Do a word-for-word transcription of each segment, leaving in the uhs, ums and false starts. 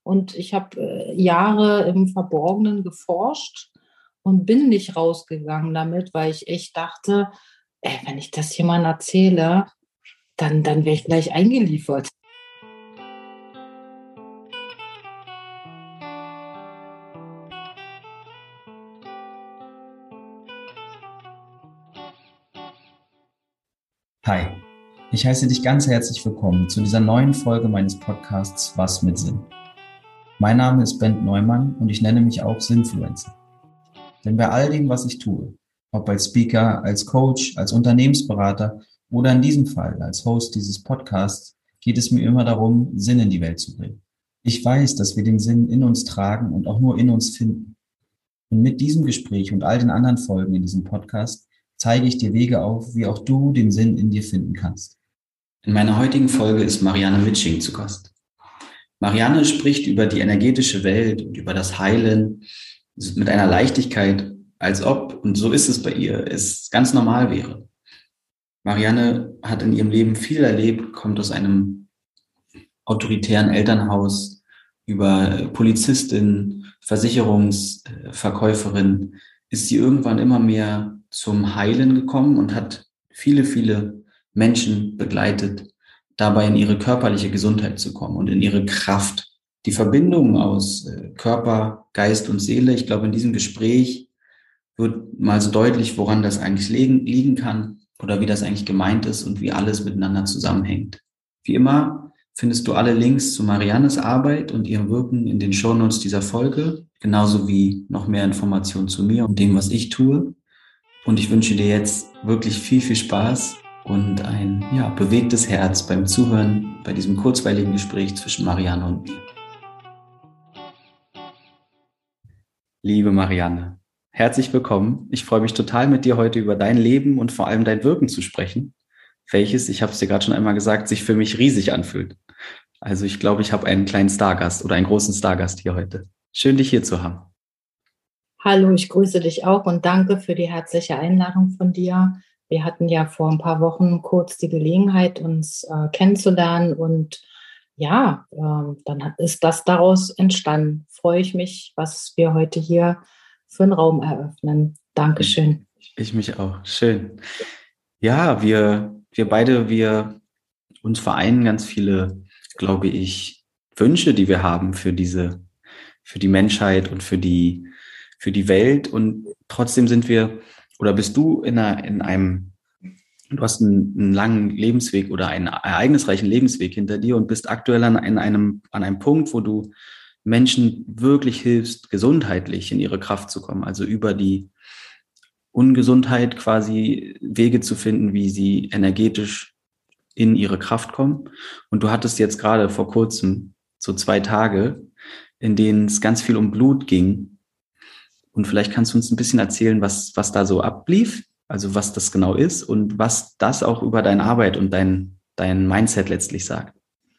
und ich habe äh, Jahre im Verborgenen geforscht und bin nicht rausgegangen damit, weil ich echt dachte, ey, wenn ich das jemandem erzähle, dann, dann wäre ich gleich eingeliefert. Hi, ich heiße dich ganz herzlich willkommen zu dieser neuen Folge meines Podcasts Was mit Sinn. Mein Name ist Bent Neumann und ich nenne mich auch Sinnfluencer. Denn bei all dem, was ich tue, ob als Speaker, als Coach, als Unternehmensberater oder in diesem Fall als Host dieses Podcasts, geht es mir immer darum, Sinn in die Welt zu bringen. Ich weiß, dass wir den Sinn in uns tragen und auch nur in uns finden. Und mit diesem Gespräch und all den anderen Folgen in diesem Podcast zeige ich dir Wege auf, wie auch du den Sinn in dir finden kannst. In meiner heutigen Folge ist Marianne Mitsching zu Gast. Marianne spricht über die energetische Welt und über das Heilen mit einer Leichtigkeit, als ob, und so ist es bei ihr, es ganz normal wäre. Marianne hat in ihrem Leben viel erlebt, kommt aus einem autoritären Elternhaus, über Polizistin, Versicherungsverkäuferin, ist sie irgendwann immer mehr zum Heilen gekommen und hat viele, viele Menschen begleitet, dabei in ihre körperliche Gesundheit zu kommen und in ihre Kraft. Die Verbindung aus Körper, Geist und Seele, ich glaube, in diesem Gespräch wird mal so deutlich, woran das eigentlich liegen, liegen kann oder wie das eigentlich gemeint ist und wie alles miteinander zusammenhängt. Wie immer findest du alle Links zu Mariannes Arbeit und ihrem Wirken in den Shownotes dieser Folge, genauso wie noch mehr Informationen zu mir und dem, was ich tue. Und ich wünsche dir jetzt wirklich viel, viel Spaß und ein ja, bewegtes Herz beim Zuhören bei diesem kurzweiligen Gespräch zwischen Marianne und mir. Liebe Marianne, herzlich willkommen. Ich freue mich total, mit dir heute über dein Leben und vor allem dein Wirken zu sprechen, welches, ich habe es dir gerade schon einmal gesagt, sich für mich riesig anfühlt. Also ich glaube, ich habe einen kleinen Stargast oder einen großen Stargast hier heute. Schön, dich hier zu haben. Hallo, ich grüße dich auch und danke für die herzliche Einladung von dir. Wir hatten ja vor ein paar Wochen kurz die Gelegenheit, uns äh, kennenzulernen und ja, äh, dann ist das daraus entstanden. Freue ich mich, was wir heute hier für einen Raum eröffnen. Dankeschön. Ich, ich mich auch. Schön. Ja, wir, wir beide, wir uns vereinen ganz viele, glaube ich, Wünsche, die wir haben für diese, für die Menschheit und für die, für die Welt. Und trotzdem sind wir, oder bist du in einer, in einem, du hast einen, einen langen Lebensweg oder einen ereignisreichen Lebensweg hinter dir und bist aktuell an, in einem, an einem Punkt, wo du Menschen wirklich hilfst, gesundheitlich in ihre Kraft zu kommen, also über die Ungesundheit quasi Wege zu finden, wie sie energetisch in ihre Kraft kommen. Und du hattest jetzt gerade vor kurzem so zwei Tage, in denen es ganz viel um Blut ging. Und vielleicht kannst du uns ein bisschen erzählen, was, was da so ablief, also was das genau ist und was das auch über deine Arbeit und dein, dein Mindset letztlich sagt.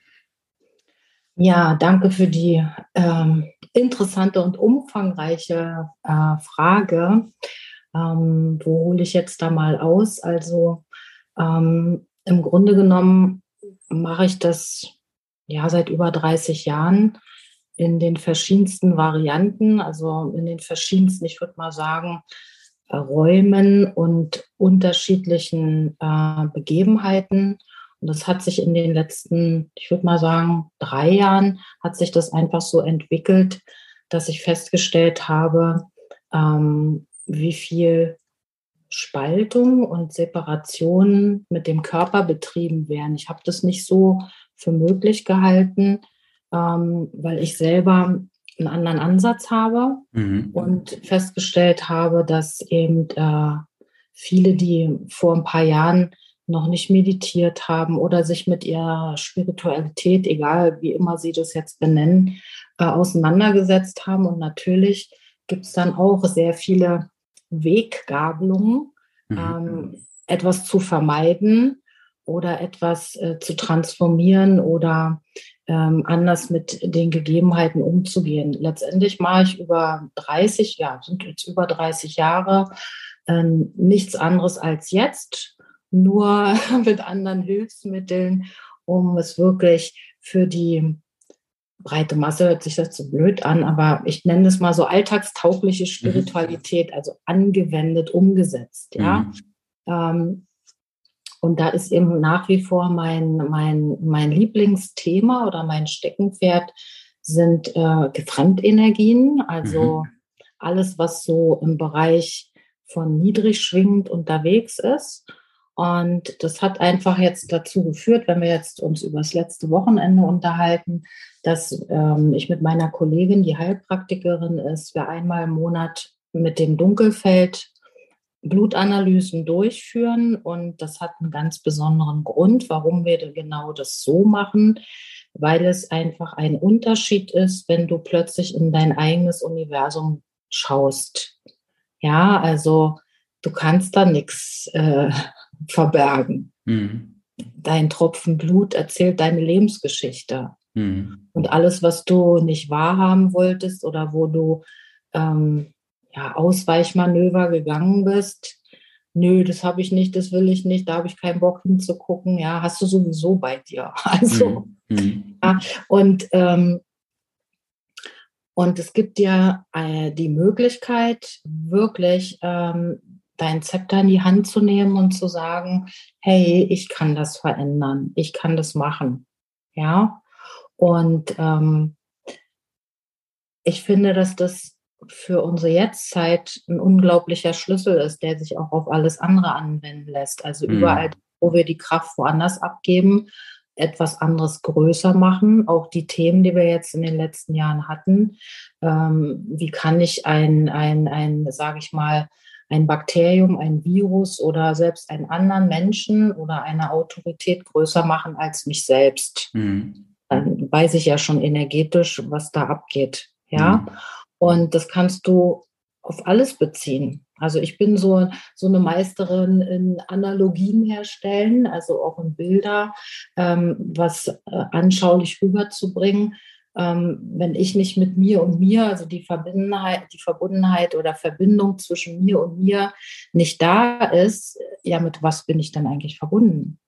Ja, danke für die ähm, interessante und umfangreiche äh, Frage. Ähm, wo hole ich jetzt da mal aus? Also ähm, im Grunde genommen mache ich das ja seit über dreißig Jahren in den verschiedensten Varianten, also in den verschiedensten, ich würde mal sagen, äh, Räumen und unterschiedlichen äh, Begebenheiten. Und das hat sich in den letzten, ich würde mal sagen, drei Jahren, hat sich das einfach so entwickelt, dass ich festgestellt habe, ähm, wie viel Spaltung und Separation mit dem Körper betrieben werden. Ich habe das nicht so für möglich gehalten, ähm, weil ich selber einen anderen Ansatz habe mhm. und festgestellt habe, dass eben äh, viele, die vor ein paar Jahren noch nicht meditiert haben oder sich mit ihrer Spiritualität, egal wie immer sie das jetzt benennen, äh, auseinandergesetzt haben. Und natürlich gibt es dann auch sehr viele Weggabelungen, mhm. ähm, etwas zu vermeiden oder etwas äh, zu transformieren oder ähm, anders mit den Gegebenheiten umzugehen. Letztendlich mache ich über dreißig, ja, sind jetzt über dreißig Jahre äh, nichts anderes als jetzt, nur mit anderen Hilfsmitteln, um es wirklich für die breite Masse hört sich das so blöd an, aber ich nenne es mal so alltagstaugliche Spiritualität, mhm. also angewendet, umgesetzt, ja. Mhm. Ähm, und da ist eben nach wie vor mein, mein, mein Lieblingsthema oder mein Steckenpferd sind äh, Fremdenergien, also mhm. alles, was so im Bereich von niedrig schwingend unterwegs ist. Und das hat einfach jetzt dazu geführt, wenn wir jetzt uns über das letzte Wochenende unterhalten, dass ähm, ich mit meiner Kollegin, die Heilpraktikerin ist, wir einmal im Monat mit dem Dunkelfeld Blutanalysen durchführen. Und das hat einen ganz besonderen Grund, warum wir genau das so machen, weil es einfach ein Unterschied ist, wenn du plötzlich in dein eigenes Universum schaust. Ja, also du kannst da nichts äh, verbergen. Mhm. Dein Tropfen Blut erzählt deine Lebensgeschichte. Mhm. Und alles, was du nicht wahrhaben wolltest oder wo du ähm, ja, Ausweichmanöver gegangen bist, nö, das habe ich nicht, das will ich nicht, da habe ich keinen Bock hinzugucken, ja, hast du sowieso bei dir. Also, mhm. ja, und ähm, Und es gibt dir äh, die Möglichkeit, wirklich ähm, dein Zepter in die Hand zu nehmen und zu sagen, hey, ich kann das verändern, ich kann das machen. Ja, und ähm, ich finde, dass das für unsere Jetztzeit ein unglaublicher Schlüssel ist, der sich auch auf alles andere anwenden lässt. Also mhm. überall, wo wir die Kraft woanders abgeben, etwas anderes größer machen. Auch die Themen, die wir jetzt in den letzten Jahren hatten. Ähm, wie kann ich ein, ein, ein, sage ich mal, ein Bakterium, ein Virus oder selbst einen anderen Menschen oder eine Autorität größer machen als mich selbst? Mhm. Dann weiß ich ja schon energetisch, was da abgeht. Ja, mhm. Und das kannst du auf alles beziehen. Also ich bin so, so eine Meisterin in Analogien herstellen, also auch in Bilder, ähm, was äh, anschaulich rüberzubringen. Ähm, wenn ich nicht mit mir und mir, also die Verbundenheit, die Verbundenheit oder Verbindung zwischen mir und mir nicht da ist, ja, mit was bin ich dann eigentlich verbunden?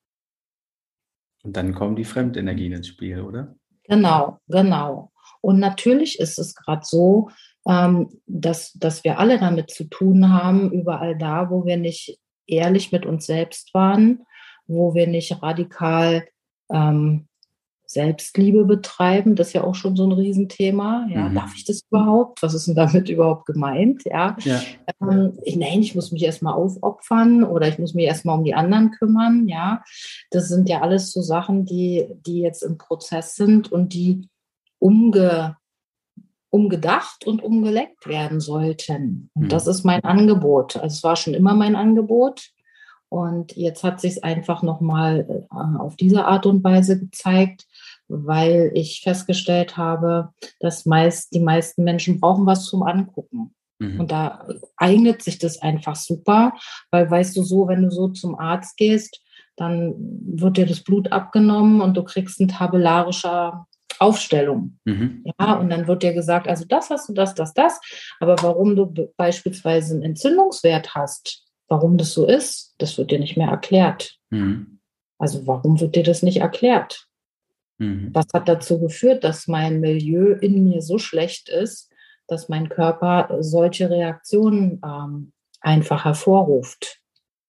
Und dann kommen die Fremdenergien ins Spiel, oder? Genau, genau. Und natürlich ist es gerade so, ähm, dass, dass wir alle damit zu tun haben, überall da, wo wir nicht ehrlich mit uns selbst waren, wo wir nicht radikal ähm, Selbstliebe betreiben. Das ist ja auch schon so ein Riesenthema. Ja, mhm. Darf ich das überhaupt? Was ist denn damit überhaupt gemeint? Ja, ja. Ähm, ich, nein, ich muss mich erstmal aufopfern oder ich muss mich erstmal um die anderen kümmern. Ja, das sind ja alles so Sachen, die, die jetzt im Prozess sind und die umge, umgedacht und umgelenkt werden sollten. Und mhm. das ist mein Angebot. Also es war schon immer mein Angebot. Und jetzt hat sich es einfach nochmal äh, auf diese Art und Weise gezeigt, weil ich festgestellt habe, dass meist, die meisten Menschen brauchen was zum Angucken. Mhm. Und da eignet sich das einfach super, weil weißt du so, wenn du so zum Arzt gehst, dann wird dir das Blut abgenommen und du kriegst eine tabellarische Aufstellung. Mhm. Ja, und dann wird dir gesagt, also das hast du, das, das, das. Aber warum du b- beispielsweise einen Entzündungswert hast, warum das so ist, das wird dir nicht mehr erklärt. Mhm. Also warum wird dir das nicht erklärt? Mhm. Das hat dazu geführt, dass mein Milieu in mir so schlecht ist, dass mein Körper solche Reaktionen ähm, einfach hervorruft.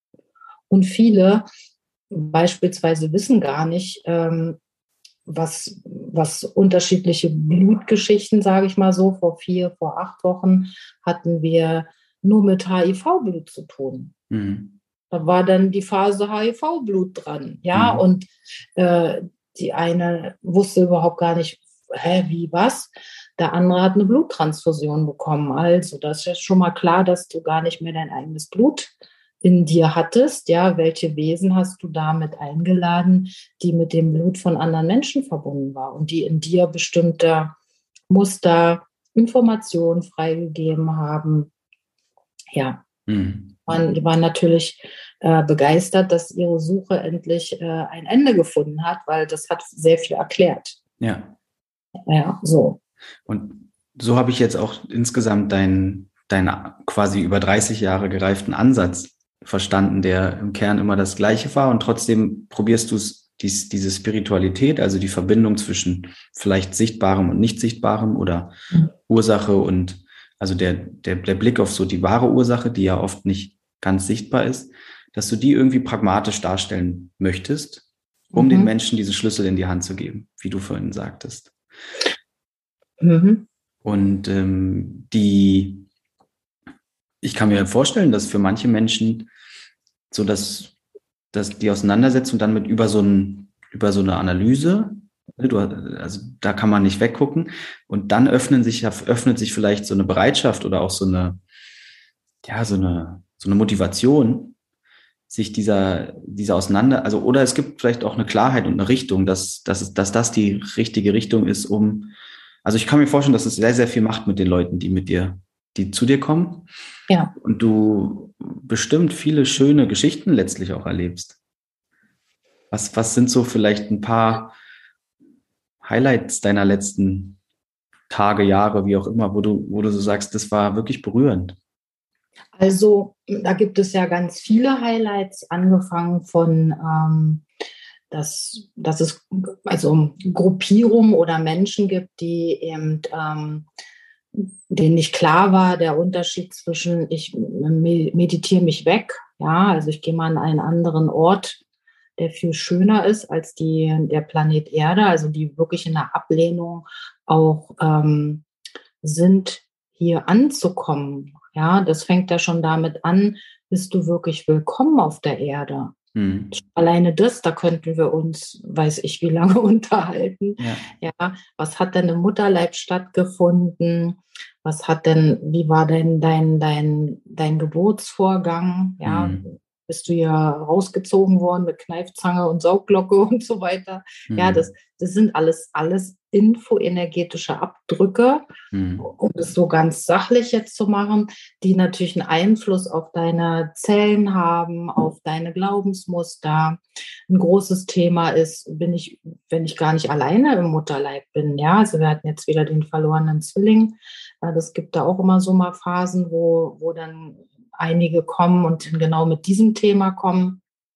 Und viele beispielsweise wissen gar nicht, ähm, was, was unterschiedliche Blutgeschichten, sage ich mal so, vor vier, vor acht Wochen hatten wir nur mit H I V-Blut zu tun. Mhm. Da war dann die Phase H I V-Blut dran, ja, mhm. und äh, die eine wusste überhaupt gar nicht, hä, wie, was? Der andere hat eine Bluttransfusion bekommen. Also, das ist ja schon mal klar, dass du gar nicht mehr dein eigenes Blut in dir hattest. Ja, welche Wesen hast du damit eingeladen, die mit dem Blut von anderen Menschen verbunden war und die in dir bestimmte Muster, Informationen freigegeben haben. Ja, mhm. und die waren natürlich äh, begeistert, dass ihre Suche endlich äh, ein Ende gefunden hat, weil das hat sehr viel erklärt. Ja. Ja, so. Und so habe ich jetzt auch insgesamt deinen, deinen quasi über dreißig Jahre gereiften Ansatz verstanden, der im Kern immer das Gleiche war und trotzdem probierst du es dies, diese Spiritualität, also die Verbindung zwischen vielleicht Sichtbarem und Nicht-Sichtbarem oder mhm. Ursache und also der, der, der Blick auf so die wahre Ursache, die ja oft nicht ganz sichtbar ist, dass du die irgendwie pragmatisch darstellen möchtest, um mhm. den Menschen diese Schlüssel in die Hand zu geben, wie du vorhin sagtest. Mhm. Und ähm, die, ich kann mir vorstellen, dass für manche Menschen so dass, dass die Auseinandersetzung dann mit über so ein, über so eine Analyse, du, also da kann man nicht weggucken und dann öffnen sich, öffnet sich vielleicht so eine Bereitschaft oder auch so eine, ja, so eine, so eine Motivation, sich dieser, dieser auseinander, also, oder es gibt vielleicht auch eine Klarheit und eine Richtung, dass, dass, es, dass das die richtige Richtung ist, um, also ich kann mir vorstellen, dass es sehr, sehr viel macht mit den Leuten, die mit dir, die zu dir kommen. Ja. Und du bestimmt viele schöne Geschichten letztlich auch erlebst. Was, was sind so vielleicht ein paar Highlights deiner letzten Tage, Jahre, wie auch immer, wo du, wo du so sagst, das war wirklich berührend? Also da gibt es ja ganz viele Highlights, angefangen von, ähm, dass, dass es also Gruppierungen oder Menschen gibt, die eben, ähm, denen nicht klar war, der Unterschied zwischen ich meditiere mich weg, ja, also ich gehe mal an einen anderen Ort, der viel schöner ist als die, der Planet Erde, also die wirklich in der Ablehnung auch ähm, sind, hier anzukommen. Ja, das fängt ja schon damit an, bist du wirklich willkommen auf der Erde? Hm. Alleine das, da könnten wir uns, weiß ich wie lange, unterhalten. Ja. Ja, was hat denn im Mutterleib stattgefunden? Was hat denn, wie war denn dein, dein, dein Geburtsvorgang? Ja, hm. Bist du ja rausgezogen worden mit Kneifzange und Saugglocke und so weiter? Hm. Ja, das, das sind alles, alles infoenergetische Abdrücke, hm. um es so ganz sachlich jetzt zu machen, die natürlich einen Einfluss auf deine Zellen haben, auf deine Glaubensmuster. Ein großes Thema ist, bin ich, wenn ich gar nicht alleine im Mutterleib bin, ja, also wir hatten jetzt wieder den verlorenen Zwilling, das gibt da auch immer so mal Phasen, wo, wo dann einige kommen und genau mit diesem Thema kommen,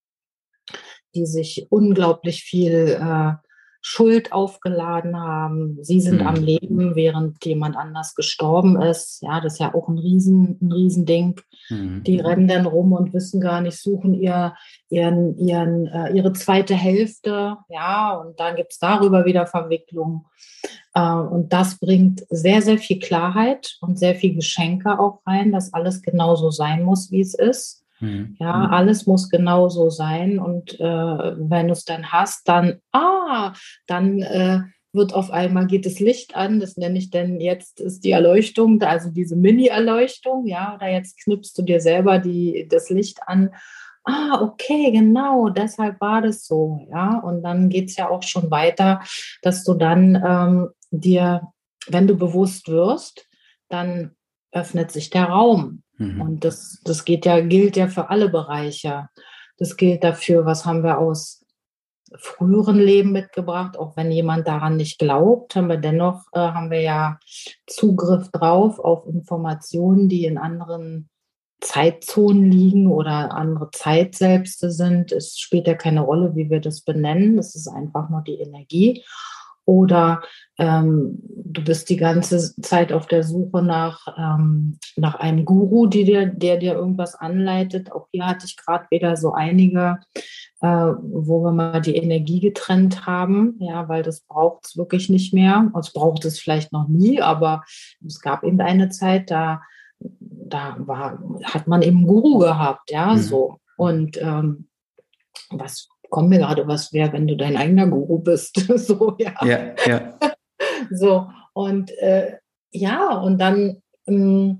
die sich unglaublich viel äh, Schuld aufgeladen haben. Sie sind mhm. am Leben, während jemand anders gestorben ist. Ja, das ist ja auch ein Riesen, ein Riesending. Mhm. Die rennen dann rum und wissen gar nicht, suchen ihr, ihren, ihren, äh, ihre zweite Hälfte. Ja, und dann gibt es darüber wieder Verwicklungen. Äh, und das bringt sehr, sehr viel Klarheit und sehr viel Geschenke auch rein, dass alles genauso sein muss, wie es ist. Mhm. Ja, alles muss genau so sein und äh, wenn du es dann hast, dann, ah, dann äh, wird auf einmal, geht das Licht an, das nenne ich denn jetzt, ist die Erleuchtung, also diese Mini-Erleuchtung, ja, oder jetzt knipst du dir selber die, das Licht an, ah, okay, genau, deshalb war das so, ja, und dann geht es ja auch schon weiter, dass du dann ähm, dir, wenn du bewusst wirst, dann öffnet sich der Raum. Mhm. Und das, das geht ja, gilt ja für alle Bereiche. Das gilt dafür, was haben wir aus früheren Leben mitgebracht, auch wenn jemand daran nicht glaubt, haben wir dennoch, äh, haben wir ja Zugriff drauf auf Informationen, die in anderen Zeitzonen liegen oder andere Zeitselbste sind. Es spielt ja keine Rolle, wie wir das benennen. Es ist einfach nur die Energie. Oder ähm, du bist die ganze Zeit auf der Suche nach, ähm, nach einem Guru, die dir, der dir irgendwas anleitet. Auch hier hatte ich gerade wieder so einige, äh, wo wir mal die Energie getrennt haben, ja, weil das braucht es wirklich nicht mehr. Es braucht es vielleicht noch nie, aber es gab eben eine Zeit, da, da war, hat man eben einen Guru gehabt, ja, mhm. so. Und ähm, was kommt mir gerade, was wäre, wenn du dein eigener Guru bist. So, ja. Ja, ja. So, und äh, ja, und dann ähm,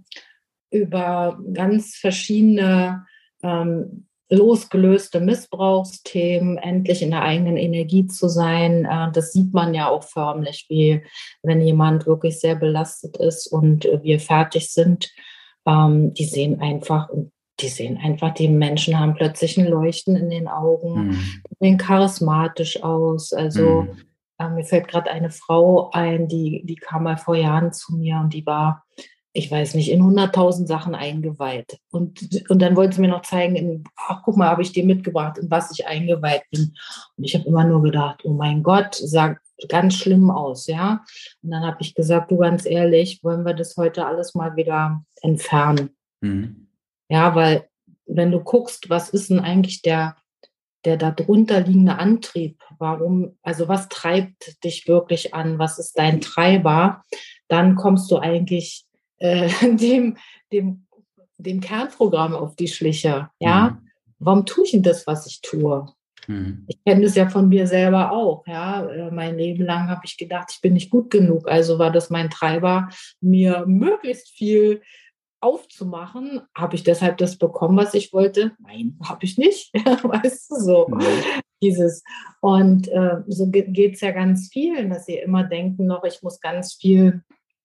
über ganz verschiedene ähm, losgelöste Missbrauchsthemen endlich in der eigenen Energie zu sein. Äh, das sieht man ja auch förmlich, wie wenn jemand wirklich sehr belastet ist und äh, wir fertig sind. Ähm, die sehen einfach und Die sehen einfach, die Menschen haben plötzlich ein Leuchten in den Augen, mhm. die sehen charismatisch aus. Also mhm. äh, mir fällt gerade eine Frau ein, die, die kam mal vor Jahren zu mir und die war ich weiß nicht, in hunderttausend Sachen eingeweiht. Und, und dann wollten sie mir noch zeigen, in, ach, guck mal, habe ich dir mitgebracht, in was ich eingeweiht bin. Und ich habe immer nur gedacht, oh mein Gott, sah ganz schlimm aus, ja. Und dann habe ich gesagt, du, ganz ehrlich, wollen wir das heute alles mal wieder entfernen? Mhm. Ja, weil wenn du guckst, was ist denn eigentlich der, der darunter liegende Antrieb? Warum, also was treibt dich wirklich an? Was ist dein Treiber? Dann kommst du eigentlich äh, dem, dem, dem Kernprogramm auf die Schliche. Ja, Mhm. warum tue ich denn das, was ich tue? Mhm. Ich kenne das ja von mir selber auch. Ja, Äh, mein Leben lang habe ich gedacht, ich bin nicht gut genug. Also war das mein Treiber, mir möglichst viel aufzumachen. Habe ich deshalb das bekommen, was ich wollte? Nein, habe ich nicht. Weißt du, so Mhm. dieses. Und äh, so geht es ja ganz vielen, dass sie immer denken noch, ich muss ganz viel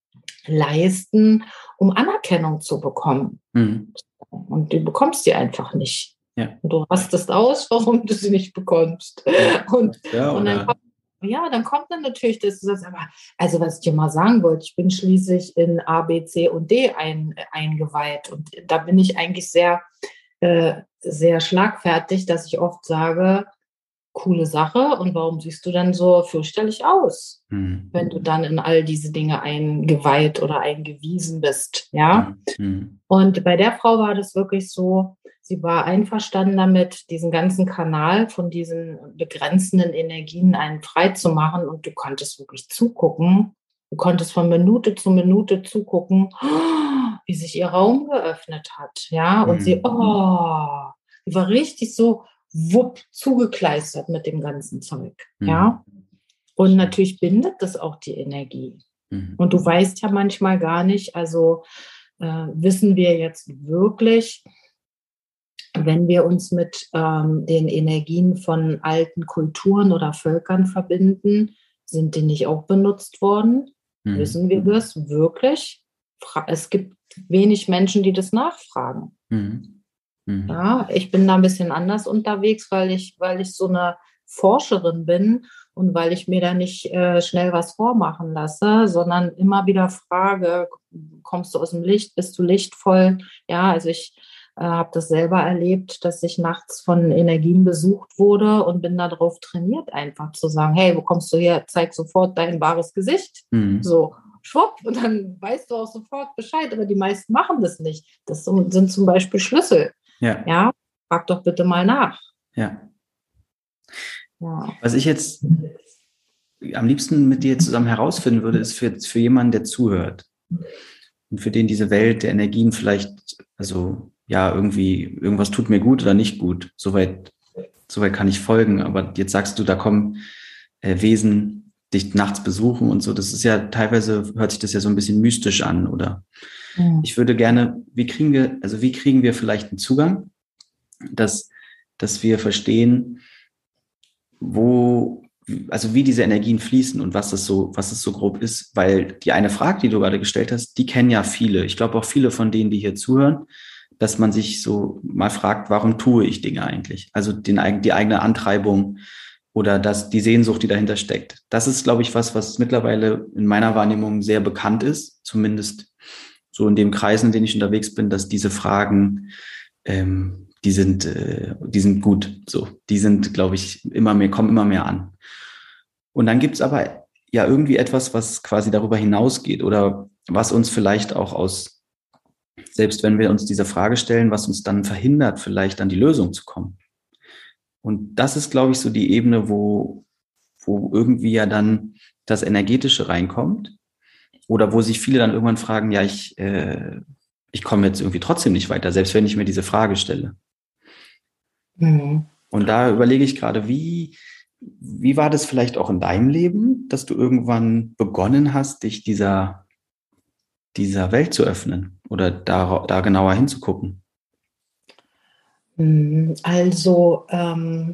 leisten, um Anerkennung zu bekommen. Mhm. Und du bekommst die einfach nicht. Ja. Und du rastest aus, warum du sie nicht bekommst. Ja. Und, Ja, und dann oder? kommt, ja, dann kommt dann natürlich, dass du sagst, aber, also was ich dir mal sagen wollte, ich bin schließlich in A, B, C und D ein, eingeweiht. Und da bin ich eigentlich sehr, äh, sehr schlagfertig, dass ich oft sage, coole Sache. Und warum siehst du dann so fürchterlich aus, Mhm. wenn du dann in all diese Dinge eingeweiht oder eingewiesen bist? Ja. Mhm. Mhm. Und bei der Frau war das wirklich so, sie war einverstanden damit, diesen ganzen Kanal von diesen begrenzenden Energien einen frei zu machen. Und du konntest wirklich zugucken. Du konntest von Minute zu Minute zugucken, wie sich ihr Raum geöffnet hat. Ja, und sie, Mhm. oh, die war richtig so wupp zugekleistert mit dem ganzen Zeug. Mhm. Ja, und natürlich bindet das auch die Energie. Mhm. Und du weißt ja manchmal gar nicht, also äh, wissen wir jetzt wirklich, wenn wir uns mit ähm, den Energien von alten Kulturen oder Völkern verbinden, sind die nicht auch benutzt worden? Mhm. Wissen wir das wirklich? Es gibt wenig Menschen, die das nachfragen. Mhm. Mhm. Ja, ich bin da ein bisschen anders unterwegs, weil ich, weil ich so eine Forscherin bin und weil ich mir da nicht äh, schnell was vormachen lasse, sondern immer wieder frage, kommst du aus dem Licht, bist du lichtvoll? Ja, also ich äh, habe das selber erlebt, dass ich nachts von Energien besucht wurde und bin darauf trainiert, einfach zu sagen, hey, wo kommst du her? Zeig sofort dein wahres Gesicht. Mhm. So, schwupp, und dann weißt du auch sofort Bescheid, aber die meisten machen das nicht. Das sind zum Beispiel Schlüssel. Ja. Ja, frag doch bitte mal nach. Ja. Ja. Was ich jetzt am liebsten mit dir zusammen herausfinden würde, ist für, für jemanden, der zuhört und für den diese Welt der Energien vielleicht, also ja, irgendwie, irgendwas tut mir gut oder nicht gut. Soweit, soweit kann ich folgen. Aber jetzt sagst du, da kommen äh, Wesen dich nachts besuchen und so. Das ist ja teilweise, hört sich das ja so ein bisschen mystisch an, oder? Mhm. Ich würde gerne, wie kriegen wir, also wie kriegen wir vielleicht einen Zugang, dass, dass wir verstehen, wo, also wie diese Energien fließen und was es so, was es so grob ist, weil die eine Frage, die du gerade gestellt hast, die kennen ja viele. Ich glaube auch viele von denen, die hier zuhören, dass man sich so mal fragt, warum tue ich Dinge eigentlich? Also den, die eigene Antreibung oder das, die Sehnsucht, die dahinter steckt. Das ist, glaube ich, was, was mittlerweile in meiner Wahrnehmung sehr bekannt ist, zumindest so in den Kreisen, in denen ich unterwegs bin, dass diese Fragen ähm, die sind, äh, die sind gut. So, die sind, glaube ich, immer mehr, kommen immer mehr an. Und dann gibt's aber ja irgendwie etwas, was quasi darüber hinausgeht oder was uns vielleicht auch aus, selbst wenn wir uns diese Frage stellen, was uns dann verhindert, vielleicht an die Lösung zu kommen. Und das ist, glaube ich, so die Ebene, wo, wo irgendwie ja dann das Energetische reinkommt oder wo sich viele dann irgendwann fragen, ja, ich, äh, ich komme jetzt irgendwie trotzdem nicht weiter, selbst wenn ich mir diese Frage stelle. Mhm. Und da überlege ich gerade, wie, wie war das vielleicht auch in deinem Leben, dass du irgendwann begonnen hast, dich dieser, dieser Welt zu öffnen oder da, da genauer hinzugucken? Mhm. Also, ähm,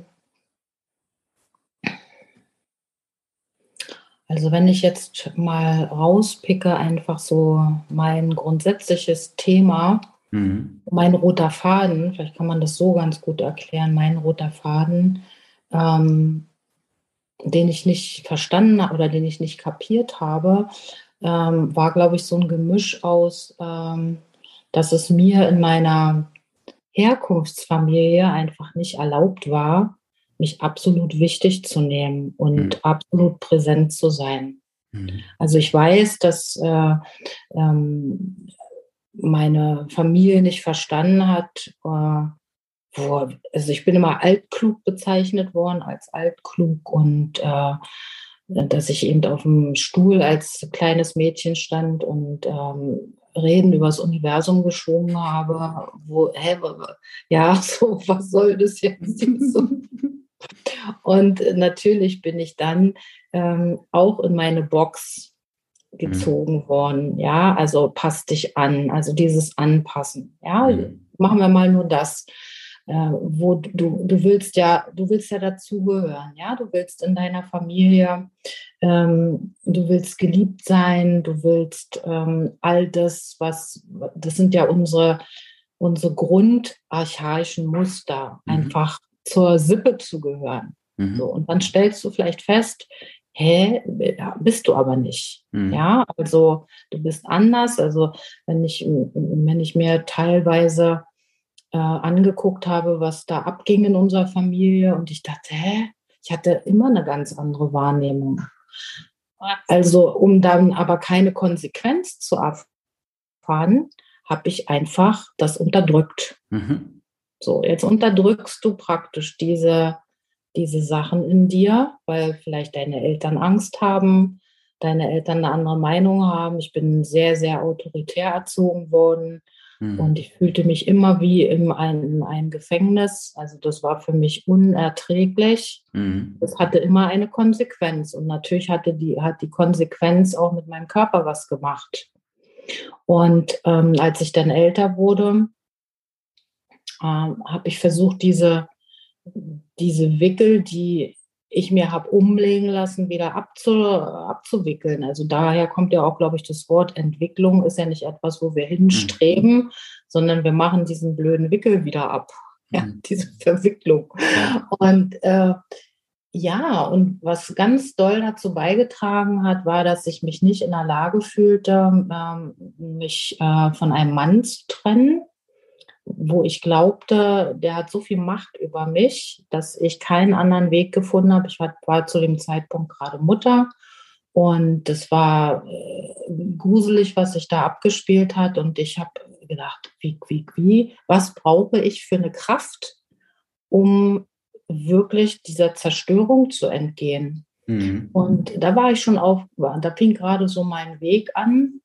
also wenn ich jetzt mal rauspicke, einfach so mein grundsätzliches Thema, Mhm. mein roter Faden, vielleicht kann man das so ganz gut erklären, mein roter Faden, ähm, den ich nicht verstanden habe oder den ich nicht kapiert habe, ähm, war, glaube ich, so ein Gemisch aus, ähm, dass es mir in meiner Herkunftsfamilie einfach nicht erlaubt war, mich absolut wichtig zu nehmen Mhm. und absolut präsent zu sein. Mhm. Also ich weiß, dass äh, ähm, meine Familie nicht verstanden hat, äh, wo, also ich bin immer altklug bezeichnet worden, als altklug und äh, dass ich eben auf dem Stuhl als kleines Mädchen stand und ähm, Reden über das Universum geschwungen habe, wo, hä, ja, so, was soll das jetzt? So. Und natürlich bin ich dann ähm, auch in meine Box Mhm. gezogen worden, ja, also passt dich an, also dieses Anpassen, ja, Mhm. machen wir mal nur das, äh, wo du, du willst ja, du willst ja dazugehören, ja, du willst in deiner Familie, ähm, du willst geliebt sein, du willst ähm, all das, was, das sind ja unsere, unsere grundarchaischen Muster, Mhm. einfach zur Sippe zu gehören. So, Mhm. und dann stellst du vielleicht fest, hä, bist du aber nicht. Mhm. Ja, also du bist anders. Also wenn ich, wenn ich mir teilweise äh, angeguckt habe, was da abging in unserer Familie und ich dachte, hä, ich hatte immer eine ganz andere Wahrnehmung. Also um dann aber keine Konsequenz zu erfahren, habe ich einfach das unterdrückt. Mhm. So, jetzt unterdrückst du praktisch diese, diese Sachen in dir, weil vielleicht deine Eltern Angst haben, deine Eltern eine andere Meinung haben. Ich bin sehr, sehr autoritär erzogen worden und Mhm. ich fühlte mich immer wie in einem, in einem Gefängnis. Also das war für mich unerträglich. Mhm. Das hatte immer eine Konsequenz und natürlich hatte die, hat die Konsequenz auch mit meinem Körper was gemacht. Und ähm, als ich dann älter wurde, ähm, habe ich versucht, diese, diese Wickel, die ich mir habe umlegen lassen, wieder abzu, abzuwickeln. Also daher kommt ja auch, glaube ich, das Wort Entwicklung ist ja nicht etwas, wo wir Mhm. hinstreben, sondern wir machen diesen blöden Wickel wieder ab. Ja, Mhm. diese Verwicklung. Ja. Und äh, ja, und was ganz doll dazu beigetragen hat, war, dass ich mich nicht in der Lage fühlte, ähm, mich äh, von einem Mann zu trennen, wo ich glaubte, der hat so viel Macht über mich, dass ich keinen anderen Weg gefunden habe. Ich war, war zu dem Zeitpunkt gerade Mutter und das war äh, gruselig, was sich da abgespielt hat. Und ich habe gedacht, wie, wie, wie, was brauche ich für eine Kraft, um wirklich dieser Zerstörung zu entgehen? Mhm. Und da war ich schon auf, da fing gerade so mein Weg an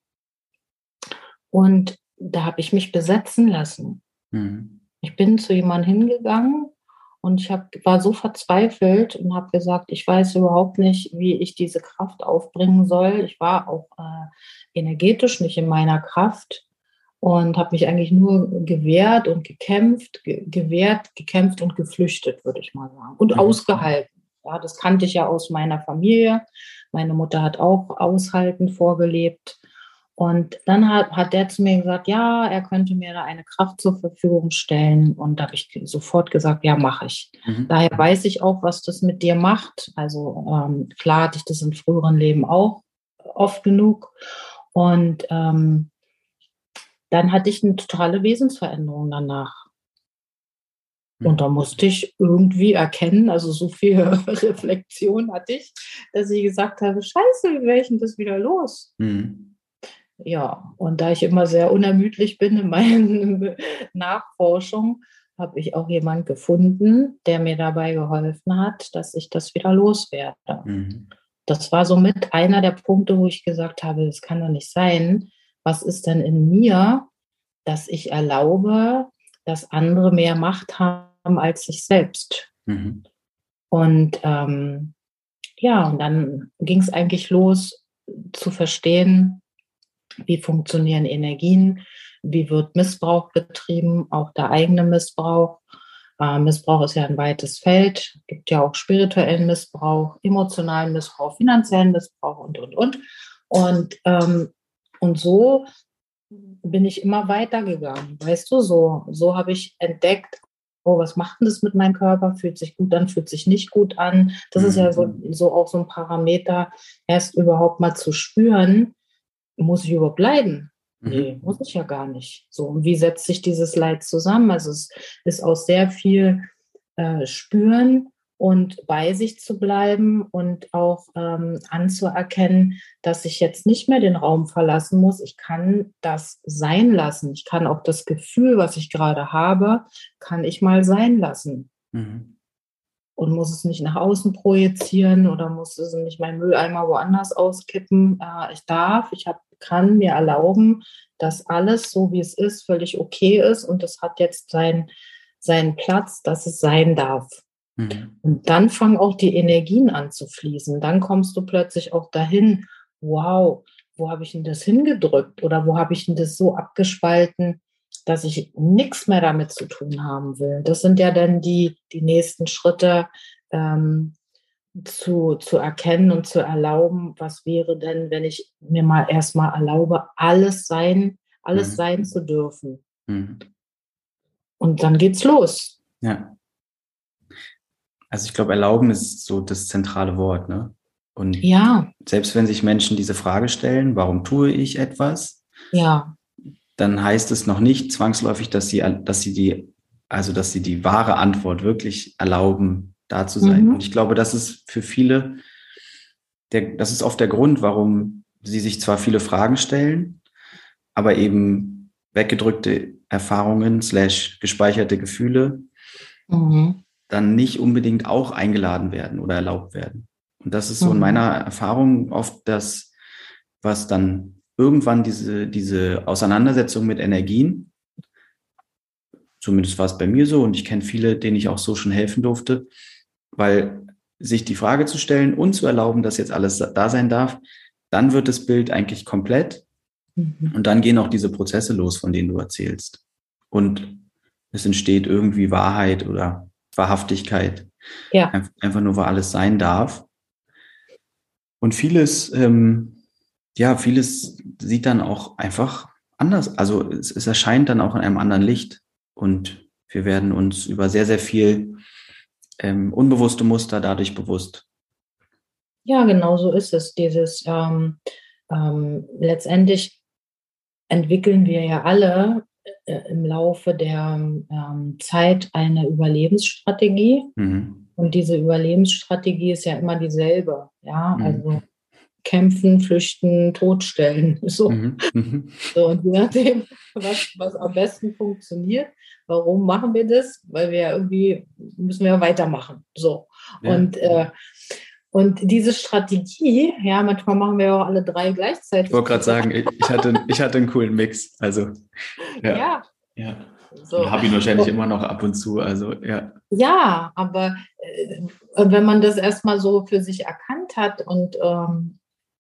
und da habe ich mich besetzen lassen. Mhm. Ich bin zu jemandem hingegangen und ich hab, war so verzweifelt und habe gesagt, ich weiß überhaupt nicht, wie ich diese Kraft aufbringen soll. Ich war auch äh, energetisch nicht in meiner Kraft und habe mich eigentlich nur gewehrt und gekämpft, ge gewehrt, gekämpft und geflüchtet, würde ich mal sagen. Und Mhm. ausgehalten. Ja, das kannte ich ja aus meiner Familie. Meine Mutter hat auch aushalten vorgelebt. Und dann hat, hat der zu mir gesagt, ja, er könnte mir da eine Kraft zur Verfügung stellen. Und da habe ich sofort gesagt, ja, mache ich. Mhm. Daher weiß ich auch, was das mit dir macht. Also ähm, klar hatte ich das im früheren Leben auch oft genug. Und ähm, dann hatte ich eine totale Wesensveränderung danach. Und Mhm. da musste ich irgendwie erkennen, also so viel Reflexion hatte ich, dass ich gesagt habe, scheiße, wie wäre ich denn das wieder los? Mhm. Ja, und da ich immer sehr unermüdlich bin in meinen Nachforschungen, habe ich auch jemanden gefunden, der mir dabei geholfen hat, dass ich das wieder loswerde. Mhm. Das war somit einer der Punkte, wo ich gesagt habe, das kann doch nicht sein. Was ist denn in mir, dass ich erlaube, dass andere mehr Macht haben als ich selbst? Mhm. Und ähm, ja, und dann ging es eigentlich los zu verstehen, wie funktionieren Energien, wie wird Missbrauch betrieben, auch der eigene Missbrauch. Äh, Missbrauch ist ja ein weites Feld, es gibt ja auch spirituellen Missbrauch, emotionalen Missbrauch, finanziellen Missbrauch und, und, und. Und, ähm, und so bin ich immer weitergegangen, weißt du, so, so habe ich entdeckt, oh, was macht denn das mit meinem Körper? Fühlt sich gut an, fühlt sich nicht gut an. Das ist ja Mhm. so, so auch so ein Parameter, erst überhaupt mal zu spüren, muss ich überhaupt leiden? Nee, Mhm. muss ich ja gar nicht. So, und wie setzt sich dieses Leid zusammen? Also es ist aus sehr viel äh, Spüren und bei sich zu bleiben und auch ähm, anzuerkennen, dass ich jetzt nicht mehr den Raum verlassen muss. Ich kann das sein lassen. Ich kann auch das Gefühl, was ich gerade habe, kann ich mal sein lassen. Mhm. Und muss es nicht nach außen projizieren oder muss es nicht meinen Mülleimer woanders auskippen. Äh, ich darf, ich hab, kann mir erlauben, dass alles so, wie es ist, völlig okay ist und es hat jetzt sein, seinen Platz, dass es sein darf. Mhm. Und dann fangen auch die Energien an zu fließen. Dann kommst du plötzlich auch dahin, wow, wo habe ich denn das hingedrückt oder wo habe ich denn das so abgespalten, dass ich nichts mehr damit zu tun haben will. Das sind ja dann die, die nächsten Schritte, ähm, zu, zu erkennen und zu erlauben, was wäre denn, wenn ich mir mal erstmal erlaube, alles sein, alles Mhm. sein zu dürfen. Mhm. Und dann geht's los. Ja. Also ich glaube, erlauben ist so das zentrale Wort, ne? Und Ja, selbst wenn sich Menschen diese Frage stellen, warum tue ich etwas, ja. dann heißt es noch nicht zwangsläufig, dass sie, dass sie die, also dass sie die wahre Antwort wirklich erlauben, da zu sein. Und Mhm. ich glaube, das ist für viele, der, das ist oft der Grund, warum sie sich zwar viele Fragen stellen, aber eben weggedrückte Erfahrungen slash gespeicherte Gefühle Mhm. dann nicht unbedingt auch eingeladen werden oder erlaubt werden. Und das ist so in Mhm. meiner Erfahrung oft das, was dann irgendwann diese, diese Auseinandersetzung mit Energien, zumindest war es bei mir so und ich kenne viele, denen ich auch so schon helfen durfte, weil sich die Frage zu stellen und zu erlauben, dass jetzt alles da sein darf, dann wird das Bild eigentlich komplett Mhm. und dann gehen auch diese Prozesse los, von denen du erzählst. Und es entsteht irgendwie Wahrheit oder Wahrhaftigkeit. Ja, Einfach nur, weil alles sein darf. Und vieles, ähm, ja, vieles sieht dann auch einfach anders. Also es, es erscheint dann auch in einem anderen Licht. Und wir werden uns über sehr, sehr viel ähm, unbewusste Muster dadurch bewusst. ja, genau so ist es. Dieses ähm, ähm, letztendlich entwickeln wir ja alle äh, im Laufe der ähm, Zeit eine Überlebensstrategie. Mhm. Und diese Überlebensstrategie ist ja immer dieselbe. Ja, Mhm. also kämpfen, flüchten, totstellen. So. Mhm. Mhm. So, und je nachdem, was, was am besten funktioniert, warum machen wir das? Weil wir ja irgendwie müssen wir ja weitermachen. So. Ja, Und, äh, und diese Strategie, ja, manchmal machen wir ja auch alle drei ich gleichzeitig wollte gerade zugleich. sagen, ich hatte, ich hatte einen coolen Mix. Also, ja, Ja, ja. Und so. habe ihn wahrscheinlich So. immer noch ab und zu. Also, ja. Ja, aber äh, wenn man das erstmal so für sich erkannt hat und ähm,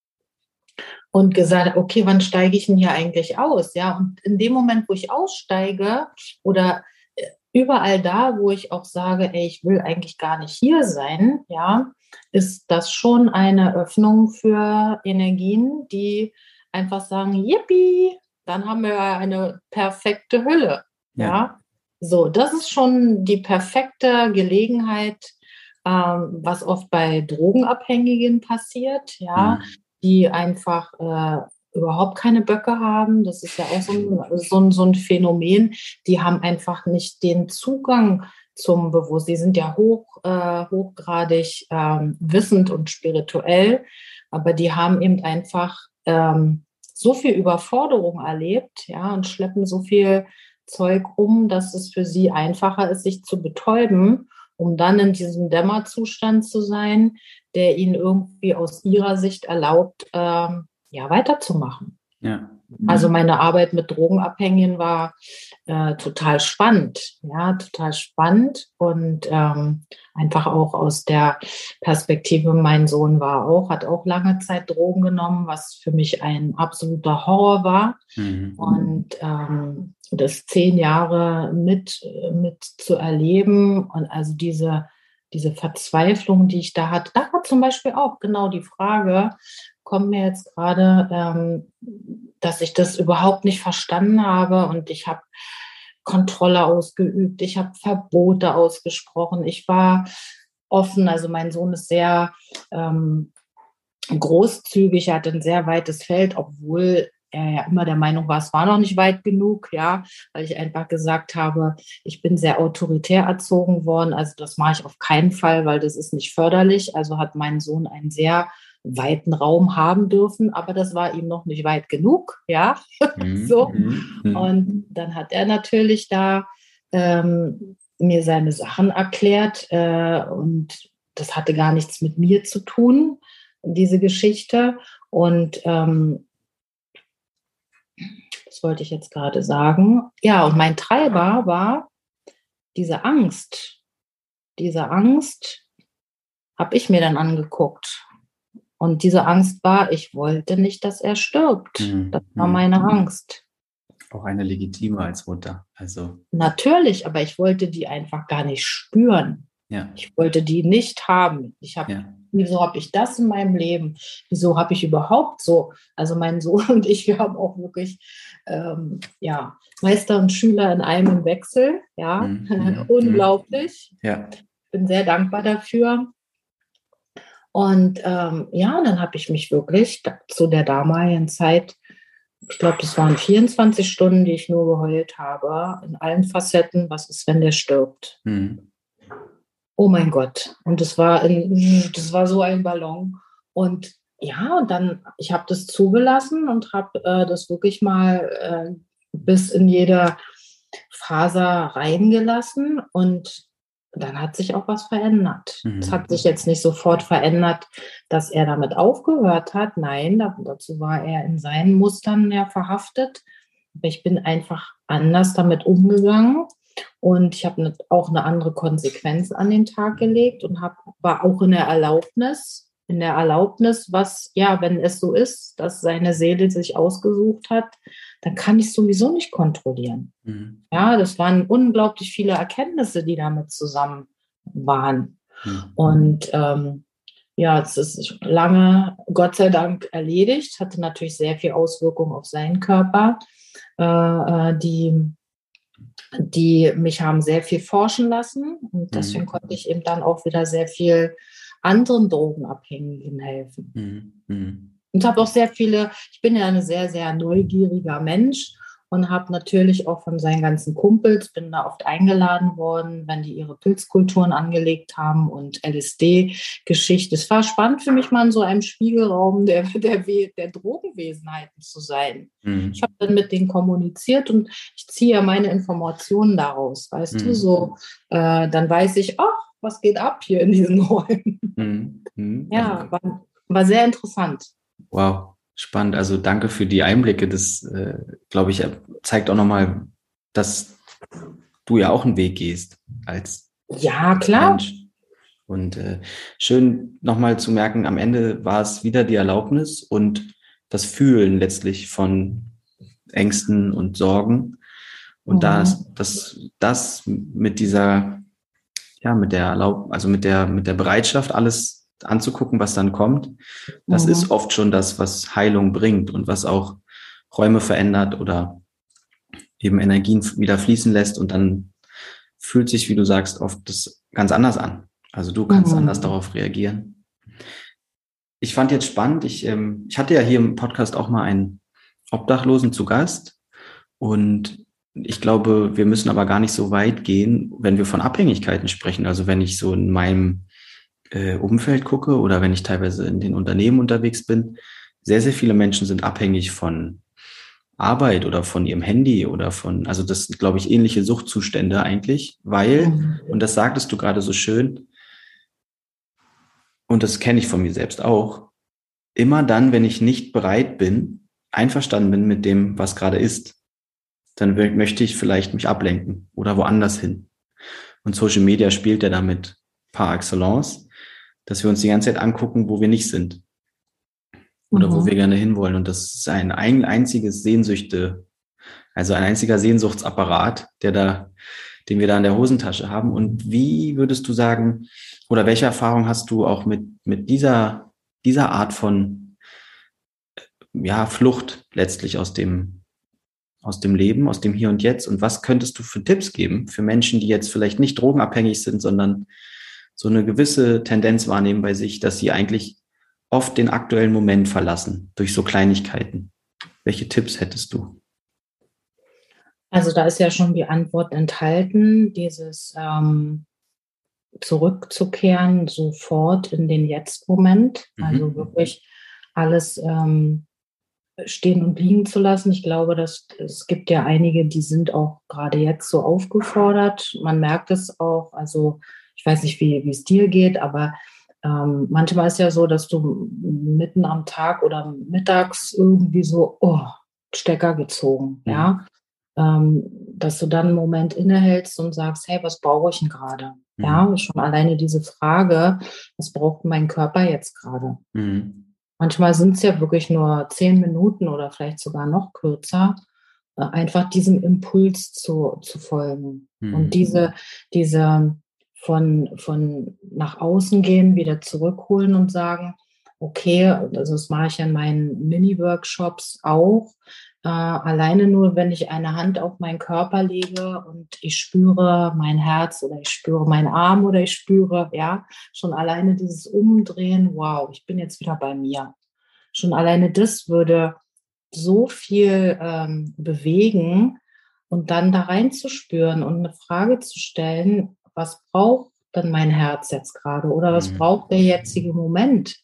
und gesagt, okay, wann steige ich denn hier eigentlich aus? Ja, und in dem Moment, wo ich aussteige oder äh, überall da, wo ich auch sage, ey, ich will eigentlich gar nicht hier sein, ja, ist das schon eine Öffnung für Energien, die einfach sagen, yippie, dann haben wir eine perfekte Hülle, Ja. ja. So, das ist schon die perfekte Gelegenheit, ähm, was oft bei Drogenabhängigen passiert, ja, Mhm. die einfach äh, überhaupt keine Böcke haben. Das ist ja auch so ein, so ein, so ein Phänomen. Die haben einfach nicht den Zugang zum Bewusstsein. Die sind ja hoch, äh, hochgradig ähm, wissend und spirituell, aber die haben eben einfach ähm, so viel Überforderung erlebt, ja, und schleppen so viel Zeug um, dass es für sie einfacher ist, sich zu betäuben, um dann in diesem Dämmerzustand zu sein, der ihnen irgendwie aus ihrer Sicht erlaubt, ähm, ja, weiterzumachen. Ja. Also meine Arbeit mit Drogenabhängigen war äh, total spannend, ja, total spannend und ähm, einfach auch aus der Perspektive, mein Sohn war auch, hat auch lange Zeit Drogen genommen, was für mich ein absoluter Horror war Mhm. und ähm, das zehn Jahre mit, mit zu erleben und also diese, diese Verzweiflung, die ich da hatte, da war zum Beispiel auch genau die Frage, kommt mir jetzt gerade, ähm, dass ich das überhaupt nicht verstanden habe und ich habe Kontrolle ausgeübt, ich habe Verbote ausgesprochen, ich war offen, also mein Sohn ist sehr ähm, großzügig, er hatte ein sehr weites Feld, obwohl er ja immer der Meinung war, es war noch nicht weit genug, ja, weil ich einfach gesagt habe, ich bin sehr autoritär erzogen worden, also das mache ich auf keinen Fall, weil das ist nicht förderlich. Also hat mein Sohn einen sehr weiten Raum haben dürfen, aber das war ihm noch nicht weit genug, ja, Mhm. so. Mhm. Und dann hat er natürlich da ähm, mir seine Sachen erklärt äh, und das hatte gar nichts mit mir zu tun, diese Geschichte. Und ähm, das wollte ich jetzt gerade sagen. Ja, und mein Treiber war diese Angst. Diese Angst habe ich mir dann angeguckt. Und diese Angst war, ich wollte nicht, dass er stirbt. Mhm. Das war meine Angst. Auch eine legitime als Mutter. Also Natürlich, aber ich wollte die einfach gar nicht spüren. ja. Ich wollte die nicht haben. Ich habe, Ja. wieso habe ich das in meinem Leben? Wieso habe ich überhaupt so? Also mein Sohn und ich, wir haben auch wirklich ähm, ja, Meister und Schüler in einem im Wechsel. Ja, Mhm. unglaublich. Ja. Bin sehr dankbar dafür. Und ähm, ja, dann habe ich mich wirklich zu der damaligen Zeit, ich glaube, das waren vierundzwanzig Stunden, die ich nur geheult habe, in allen Facetten. Was ist, wenn der stirbt? Mhm. Oh mein Gott. Und das war, ein, das war so ein Ballon. Und ja, und dann, ich habe das zugelassen und habe äh, das wirklich mal äh, bis in jede Faser reingelassen. Und dann hat sich auch was verändert. Mhm. Es hat sich jetzt nicht sofort verändert, dass er damit aufgehört hat. Nein, dazu war er in seinen Mustern ja verhaftet. Aber ich bin einfach anders damit umgegangen. Und ich habe auch eine andere Konsequenz an den Tag gelegt und hab, war auch in der Erlaubnis, in der Erlaubnis, was, ja, wenn es so ist, dass seine Seele sich ausgesucht hat, dann kann ich sowieso nicht kontrollieren. Mhm. Ja, das waren unglaublich viele Erkenntnisse, die damit zusammen waren. Mhm. Und ähm, ja, es ist lange, Gott sei Dank, erledigt, hatte natürlich sehr viel Auswirkung auf seinen Körper, äh, die die mich haben sehr viel forschen lassen und deswegen mhm. konnte ich eben dann auch wieder sehr viel anderen Drogenabhängigen helfen. Mhm. Und habe auch sehr viele, ich bin ja ein sehr, sehr neugieriger Mensch und habe natürlich auch von seinen ganzen Kumpels, bin da oft eingeladen worden, wenn die ihre Pilzkulturen angelegt haben und L S D-Geschichte. Es war spannend für mich mal in so einem Spiegelraum der, der, der Drogenwesenheiten zu sein. Mhm. Ich habe dann mit denen kommuniziert und ich ziehe ja meine Informationen daraus, weißt mhm. du, so, äh, dann weiß ich, ach, was geht ab hier in diesen Räumen. Mhm. Mhm. Ja, war, war sehr interessant. Wow. Spannend, also danke für die Einblicke. Das, äh, glaube ich, zeigt auch nochmal, dass du ja auch einen Weg gehst als ja, klar. Mensch. Und äh, schön nochmal zu merken, am Ende war es wieder die Erlaubnis und das Fühlen letztlich von Ängsten und Sorgen. Und mhm. das, das, das mit dieser, ja, mit der Erlaub, also mit der, mit der Bereitschaft, alles anzugucken, was dann kommt, das mhm. ist oft schon das, was Heilung bringt und was auch Räume verändert oder eben Energien wieder fließen lässt und dann fühlt sich, wie du sagst, oft das ganz anders an. Also du kannst mhm. anders darauf reagieren. Ich fand jetzt spannend, ich, ähm, ich hatte ja hier im Podcast auch mal einen Obdachlosen zu Gast und ich glaube, wir müssen aber gar nicht so weit gehen, wenn wir von Abhängigkeiten sprechen. Also wenn ich so in meinem Umfeld gucke oder wenn ich teilweise in den Unternehmen unterwegs bin, sehr, sehr viele Menschen sind abhängig von Arbeit oder von ihrem Handy oder von, also das sind, glaube ich, ähnliche Suchtzustände eigentlich, weil, mhm. und das sagtest du gerade so schön, und das kenne ich von mir selbst auch, immer dann, wenn ich nicht bereit bin, einverstanden bin mit dem, was gerade ist, dann möchte ich vielleicht mich ablenken oder woanders hin. Und Social Media spielt ja damit par excellence, dass wir uns die ganze Zeit angucken, wo wir nicht sind oder mhm. wo wir gerne hinwollen. Und das ist ein, ein einziges Sehnsüchte, also ein einziger Sehnsuchtsapparat, der da, den wir da in der Hosentasche haben. Und wie würdest du sagen, oder welche Erfahrung hast du auch mit, mit dieser, dieser Art von, ja, Flucht letztlich aus dem, aus dem Leben, aus dem Hier und Jetzt? Und was könntest du für Tipps geben für Menschen, die jetzt vielleicht nicht drogenabhängig sind, sondern so eine gewisse Tendenz wahrnehmen bei sich, dass sie eigentlich oft den aktuellen Moment verlassen durch so Kleinigkeiten. Welche Tipps hättest du? Also da ist ja schon die Antwort enthalten, dieses ähm, zurückzukehren sofort in den Jetzt-Moment, Mhm. also wirklich alles ähm, stehen und liegen zu lassen. Ich glaube, dass es gibt ja einige, die sind auch gerade jetzt so aufgefordert. Man merkt es auch, also ich weiß nicht, wie, wie es dir geht, aber ähm, manchmal ist ja so, dass du mitten am Tag oder mittags irgendwie so, oh, Stecker gezogen, Mhm. ja, ähm, dass du dann einen Moment innehältst und sagst, hey, was brauche ich denn gerade? Mhm. Ja, schon alleine diese Frage, was braucht mein Körper jetzt gerade? Mhm. Manchmal sind es ja wirklich nur zehn Minuten oder vielleicht sogar noch kürzer, äh, einfach diesem Impuls zu, zu folgen. Mhm. Und diese, diese von, von nach außen gehen, wieder zurückholen und sagen, okay, also das mache ich in meinen Mini-Workshops auch, äh, alleine nur, wenn ich eine Hand auf meinen Körper lege und ich spüre mein Herz oder ich spüre meinen Arm oder ich spüre, ja, schon alleine dieses Umdrehen, wow, ich bin jetzt wieder bei mir. Schon alleine das würde so viel ähm, bewegen und dann da reinzuspüren und eine Frage zu stellen, was braucht denn mein Herz jetzt gerade oder was Mhm. braucht der jetzige Moment?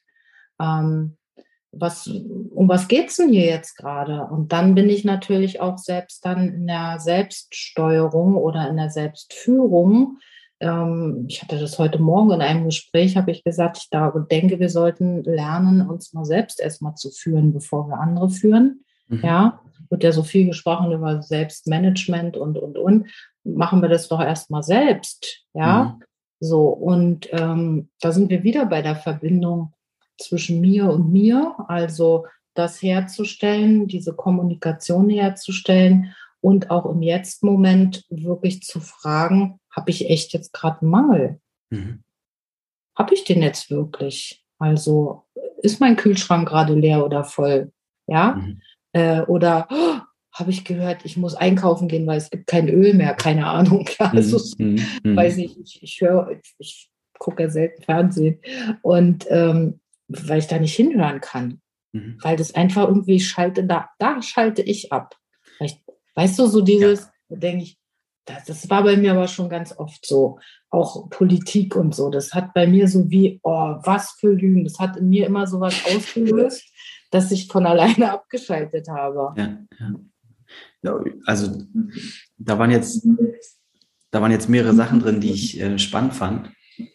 Ähm, was, um was geht's denn hier jetzt gerade? Und dann bin ich natürlich auch selbst dann in der Selbststeuerung oder in der Selbstführung. Ähm, ich hatte das heute Morgen in einem Gespräch, habe ich gesagt, ich da denke, wir sollten lernen, uns mal selbst erstmal zu führen, bevor wir andere führen. Mhm. Ja, wird ja so viel gesprochen über Selbstmanagement und, und, und. Machen wir das doch erstmal selbst. Ja, Mhm. so. Und ähm, da sind wir wieder bei der Verbindung zwischen mir und mir, also das herzustellen, diese Kommunikation herzustellen und auch im Jetzt-Moment wirklich zu fragen, habe ich echt jetzt gerade einen Mangel? Mhm. Habe ich den jetzt wirklich? Also ist mein Kühlschrank gerade leer oder voll? Ja? Mhm. Äh, oder oh, habe ich gehört, ich muss einkaufen gehen, weil es gibt kein Öl mehr, keine Ahnung. Ja, also, Mhm. Mhm. weiß nicht, ich, ich höre, ich, ich gucke ja selten Fernsehen und ähm, weil ich da nicht hinhören kann, Mhm. weil das einfach irgendwie schalte, da, da schalte ich ab. Ich, weißt du, so Ja. dieses, da denke ich, das, das war bei mir aber schon ganz oft so, auch Politik und so, das hat bei mir so wie, oh, was für Lügen, das hat in mir immer so was ausgelöst, dass ich von alleine abgeschaltet habe. Ja. Ja. Ja, also da waren jetzt, da waren jetzt mehrere Sachen drin, die ich äh, spannend fand.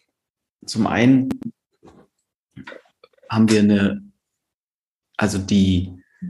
Zum einen haben wir eine, also die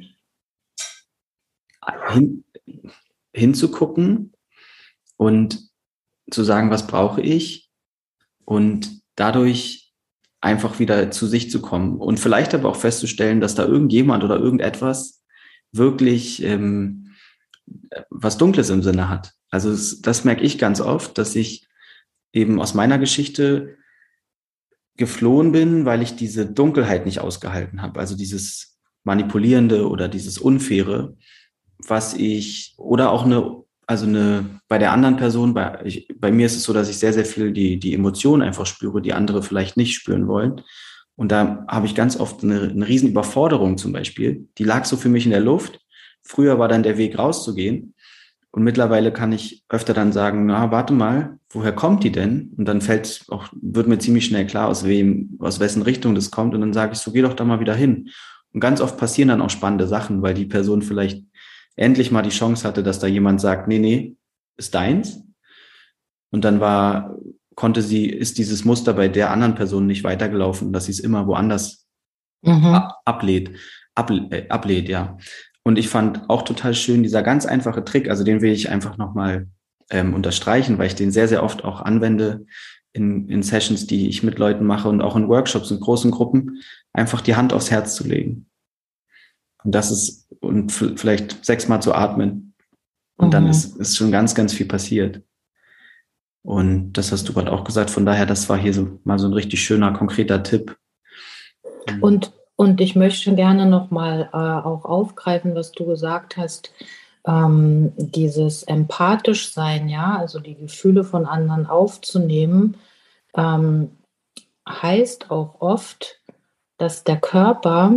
hin, hinzugucken und zu sagen, was brauche ich und dadurch einfach wieder zu sich zu kommen und vielleicht aber auch festzustellen, dass da irgendjemand oder irgendetwas wirklich ähm, was Dunkles im Sinne hat. Also es, das merke ich ganz oft, dass ich eben aus meiner Geschichte geflohen bin, weil ich diese Dunkelheit nicht ausgehalten habe. Also dieses Manipulierende oder dieses Unfaire, was ich, oder auch eine, also eine, bei der anderen Person, bei, ich, bei mir ist es so, dass ich sehr, sehr viel die, die Emotionen einfach spüre, die andere vielleicht nicht spüren wollen. Und da habe ich ganz oft eine, eine riesen Überforderung zum Beispiel. Die lag so für mich in der Luft. Früher war dann der Weg rauszugehen. Und mittlerweile kann ich öfter dann sagen, na, warte mal, woher kommt die denn? Und dann fällt auch, wird mir ziemlich schnell klar, aus wem, aus wessen Richtung das kommt. Und dann sage ich, so geh doch da mal wieder hin. Und ganz oft passieren dann auch spannende Sachen, weil die Person vielleicht endlich mal die Chance hatte, dass da jemand sagt, nee, nee, ist deins. Und dann war, konnte sie, ist dieses Muster bei der anderen Person nicht weitergelaufen, dass sie es immer woanders Mhm. ablehnt, ablehnt, äh, ablehnt, ja. Und ich fand auch total schön, dieser ganz einfache Trick, also den will ich einfach nochmal ähm, unterstreichen, weil ich den sehr, sehr oft auch anwende in, in Sessions, die ich mit Leuten mache und auch in Workshops, in großen Gruppen, einfach die Hand aufs Herz zu legen. Und das ist, und vielleicht sechsmal zu atmen. Und dann Mhm. ist, ist schon ganz, ganz viel passiert. Und das hast du gerade auch gesagt. Von daher, das war hier so mal so ein richtig schöner, konkreter Tipp. Und, und ich möchte gerne nochmal äh, auch aufgreifen, was du gesagt hast, ähm, dieses empathisch sein, ja, also die Gefühle von anderen aufzunehmen, ähm, heißt auch oft, dass der Körper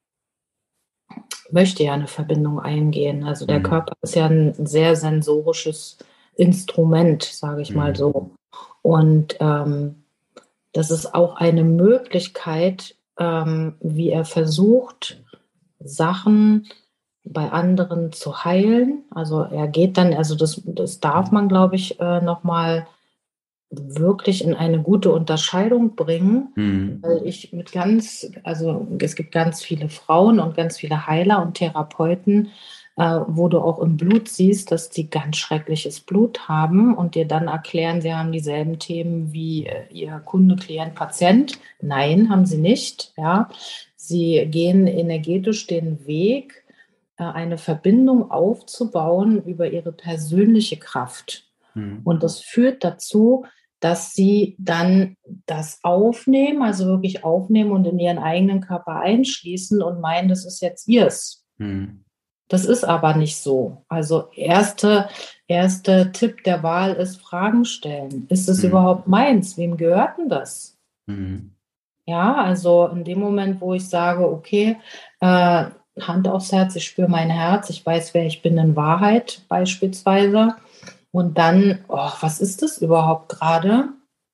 möchte ja eine Verbindung eingehen. Also der Mhm. Körper ist ja ein sehr sensorisches Instrument, sage ich mal Mhm. so. Und ähm, das ist auch eine Möglichkeit, ähm, wie er versucht, Sachen bei anderen zu heilen. Also er geht dann, also das, das darf man, glaube ich, äh, nochmal wirklich in eine gute Unterscheidung bringen, Mhm. weil ich mit ganz, also es gibt ganz viele Frauen und ganz viele Heiler und Therapeuten, äh, wo du auch im Blut siehst, dass die ganz schreckliches Blut haben und dir dann erklären, sie haben dieselben Themen wie äh, ihr Kunde, Klient, Patient. Nein, haben sie nicht. Ja, sie gehen energetisch den Weg, äh, eine Verbindung aufzubauen über ihre persönliche Kraft. Mhm. Und das führt dazu, dass sie dann das aufnehmen, also wirklich aufnehmen und in ihren eigenen Körper einschließen und meinen, das ist jetzt ihrs. Mhm. Das ist aber nicht so. Also erste, erste Tipp der Wahl ist Fragen stellen. Ist es Mhm. überhaupt meins? Wem gehört denn das? Mhm. Ja, also in dem Moment, wo ich sage, okay, äh, Hand aufs Herz, ich spüre mein Herz, ich weiß, wer ich bin in Wahrheit beispielsweise. Und dann, oh, was ist das überhaupt gerade?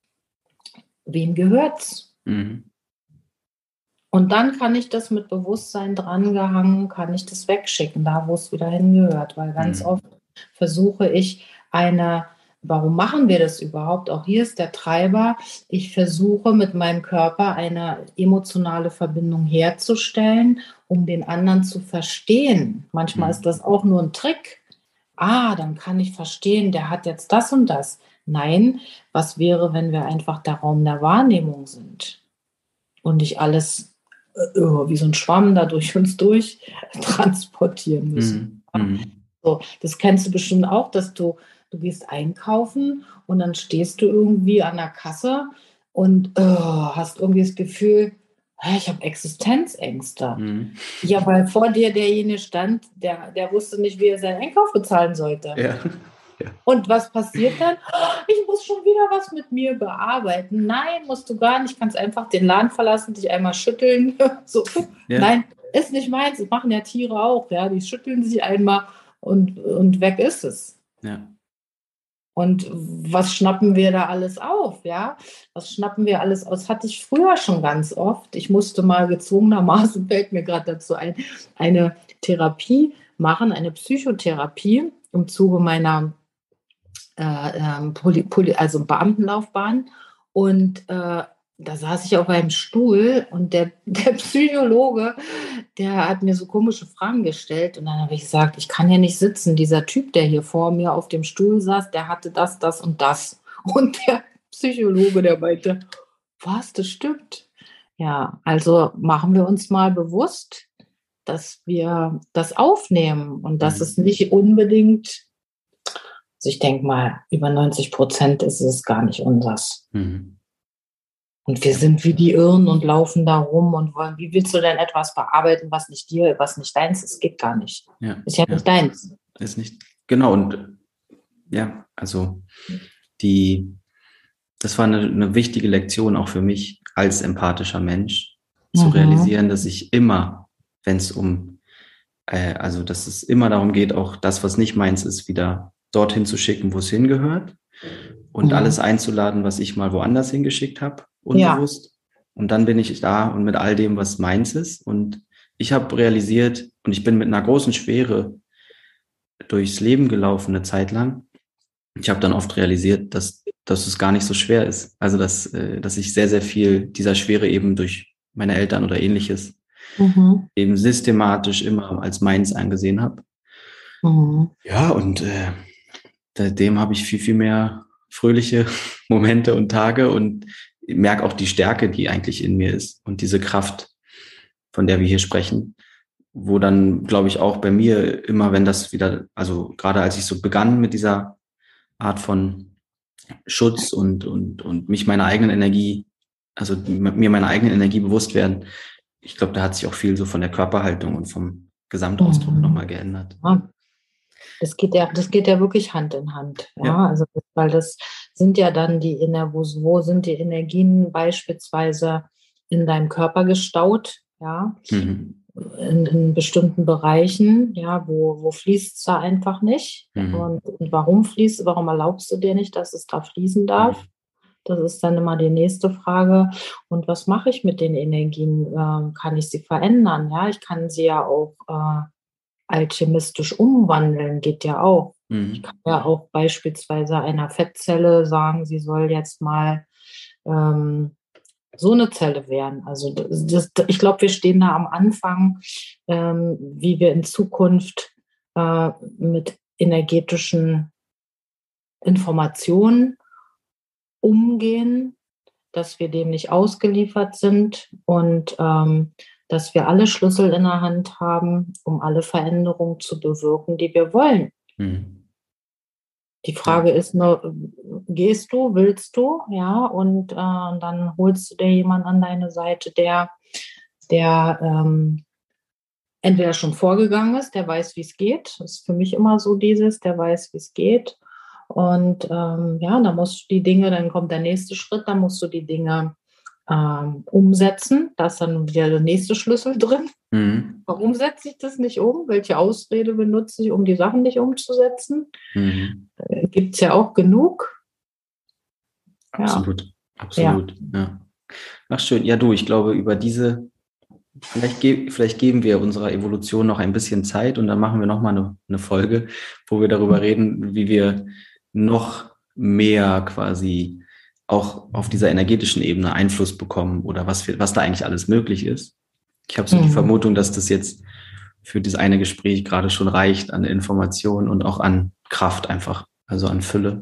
Wem gehört's? Mhm. Und dann kann ich das mit Bewusstsein drangehangen, kann ich das wegschicken, da wo es wieder hingehört. Weil ganz Mhm. oft versuche ich eine, warum machen wir das überhaupt? Auch hier ist der Treiber, ich versuche mit meinem Körper eine emotionale Verbindung herzustellen, um den anderen zu verstehen. Manchmal ist Mhm. das auch nur ein Trick. Ah, dann kann ich verstehen, der hat jetzt das und das. Nein, was wäre, wenn wir einfach der Raum der Wahrnehmung sind und nicht alles äh, wie so ein Schwamm da durch uns durch transportieren müssen. Mhm. Mhm. So, das kennst du bestimmt auch, dass du, du gehst einkaufen und dann stehst du irgendwie an der Kasse und äh, hast irgendwie das Gefühl, hä, ich habe Existenzängste. Mhm. Ja, weil vor dir derjenige stand, der, der wusste nicht, wie er seinen Einkauf bezahlen sollte. Ja. Ja. Und was passiert dann? Ich muss schon wieder was mit mir bearbeiten. Nein, musst du gar nicht. Kannst einfach den Laden verlassen, dich einmal schütteln. So, Ja. nein, ist nicht meins. Das machen ja Tiere auch. Ja, die schütteln sich einmal und, und weg ist es. Ja. Und was schnappen wir da alles auf? Ja, was schnappen wir alles aus? Hatte ich früher schon ganz oft. Ich musste mal gezwungenermaßen, fällt mir gerade dazu ein, eine Therapie machen, eine Psychotherapie im Zuge meiner äh, ähm, Poli, Poli, also Beamtenlaufbahn. Und äh, da saß ich auf einem Stuhl und der, der Psychologe, der hat mir so komische Fragen gestellt. Und dann habe ich gesagt, ich kann hier nicht sitzen. Dieser Typ, der hier vor mir auf dem Stuhl saß, der hatte das, das und das. Und der Psychologe, der meinte, was, das stimmt. Ja, also machen wir uns mal bewusst, dass wir das aufnehmen und dass es Mhm. nicht unbedingt, also ich denke mal, über neunzig Prozent ist es gar nicht unseres. Mhm. Und wir Ja. sind wie die Irren und laufen da rum und wollen, wie willst du denn etwas bearbeiten, was nicht dir, was nicht deins ist? Geht gar nicht. Ja. Ist ja Ja. nicht deins. Ist nicht. Genau. Und ja, also die, das war eine, eine wichtige Lektion auch für mich als empathischer Mensch, zu Mhm. realisieren, dass ich immer, wenn es um, äh, also dass es immer darum geht, auch das, was nicht meins ist, wieder dorthin zu schicken, wo es hingehört und Mhm. alles einzuladen, was ich mal woanders hingeschickt habe, Ja. unbewusst. Und dann bin ich da und mit all dem, was meins ist. Und ich habe realisiert, und ich bin mit einer großen Schwere durchs Leben gelaufen eine Zeit lang. Ich habe dann oft realisiert, dass, dass es gar nicht so schwer ist. Also dass, äh, dass ich sehr, sehr viel dieser Schwere eben durch meine Eltern oder ähnliches Mhm. eben systematisch immer als meins angesehen habe. Mhm. Ja, und äh, seitdem habe ich viel, viel mehr fröhliche Momente und Tage und merke auch die Stärke, die eigentlich in mir ist und diese Kraft, von der wir hier sprechen, wo dann, glaube ich, auch bei mir immer, wenn das wieder, also gerade als ich so begann mit dieser Art von Schutz und, und, und mich meiner eigenen Energie, also mir meiner eigenen Energie bewusst werden, ich glaube, da hat sich auch viel so von der Körperhaltung und vom Gesamtausdruck Mhm. nochmal geändert. Ja. Das geht ja, das geht ja wirklich Hand in Hand. Ja, Ja. also, weil das sind ja dann die Ener, wo, wo sind die Energien beispielsweise in deinem Körper gestaut, ja, Mhm. in, in bestimmten Bereichen, ja, wo, wo fließt es da einfach nicht. Mhm. Und, und warum fließt, warum erlaubst du dir nicht, dass es da fließen darf? Mhm. Das ist dann immer die nächste Frage. Und was mache ich mit den Energien? Ähm, kann ich sie verändern? Ja, ich kann sie ja auch äh, alchemistisch umwandeln, geht ja auch. Ich Mhm. kann ja auch beispielsweise einer Fettzelle sagen, sie soll jetzt mal ähm, so eine Zelle werden. Also das, das, ich glaube, wir stehen da am Anfang, ähm, wie wir in Zukunft äh, mit energetischen Informationen umgehen, dass wir dem nicht ausgeliefert sind und ähm, dass wir alle Schlüssel in der Hand haben, um alle Veränderungen zu bewirken, die wir wollen. Mhm. Die Ja. Frage ist nur, gehst du, willst du, ja, und äh, dann holst du dir jemanden an deine Seite, der, der ähm, entweder schon vorgegangen ist, der weiß, wie es geht. Das ist für mich immer so dieses, der weiß, wie es geht. Und ähm, ja, da musst du die Dinge, dann kommt der nächste Schritt, da musst du die Dinge ähm, umsetzen. Da ist dann wieder der nächste Schlüssel drin. Mhm. Warum setze ich das nicht um? Welche Ausrede benutze ich, um die Sachen nicht umzusetzen? Mhm. Äh, Gibt es ja auch genug. Ja, Absolut, ja. absolut, ja. Ach schön, ja du, ich glaube, über diese, vielleicht, ge vielleicht geben wir unserer Evolution noch ein bisschen Zeit und dann machen wir nochmal eine, eine Folge, wo wir darüber reden, wie wir noch mehr quasi auch auf dieser energetischen Ebene Einfluss bekommen oder was, wir, was da eigentlich alles möglich ist. Ich habe so die Mhm. Vermutung, dass das jetzt für dieses eine Gespräch gerade schon reicht an Informationen und auch an Kraft einfach, also an Fülle.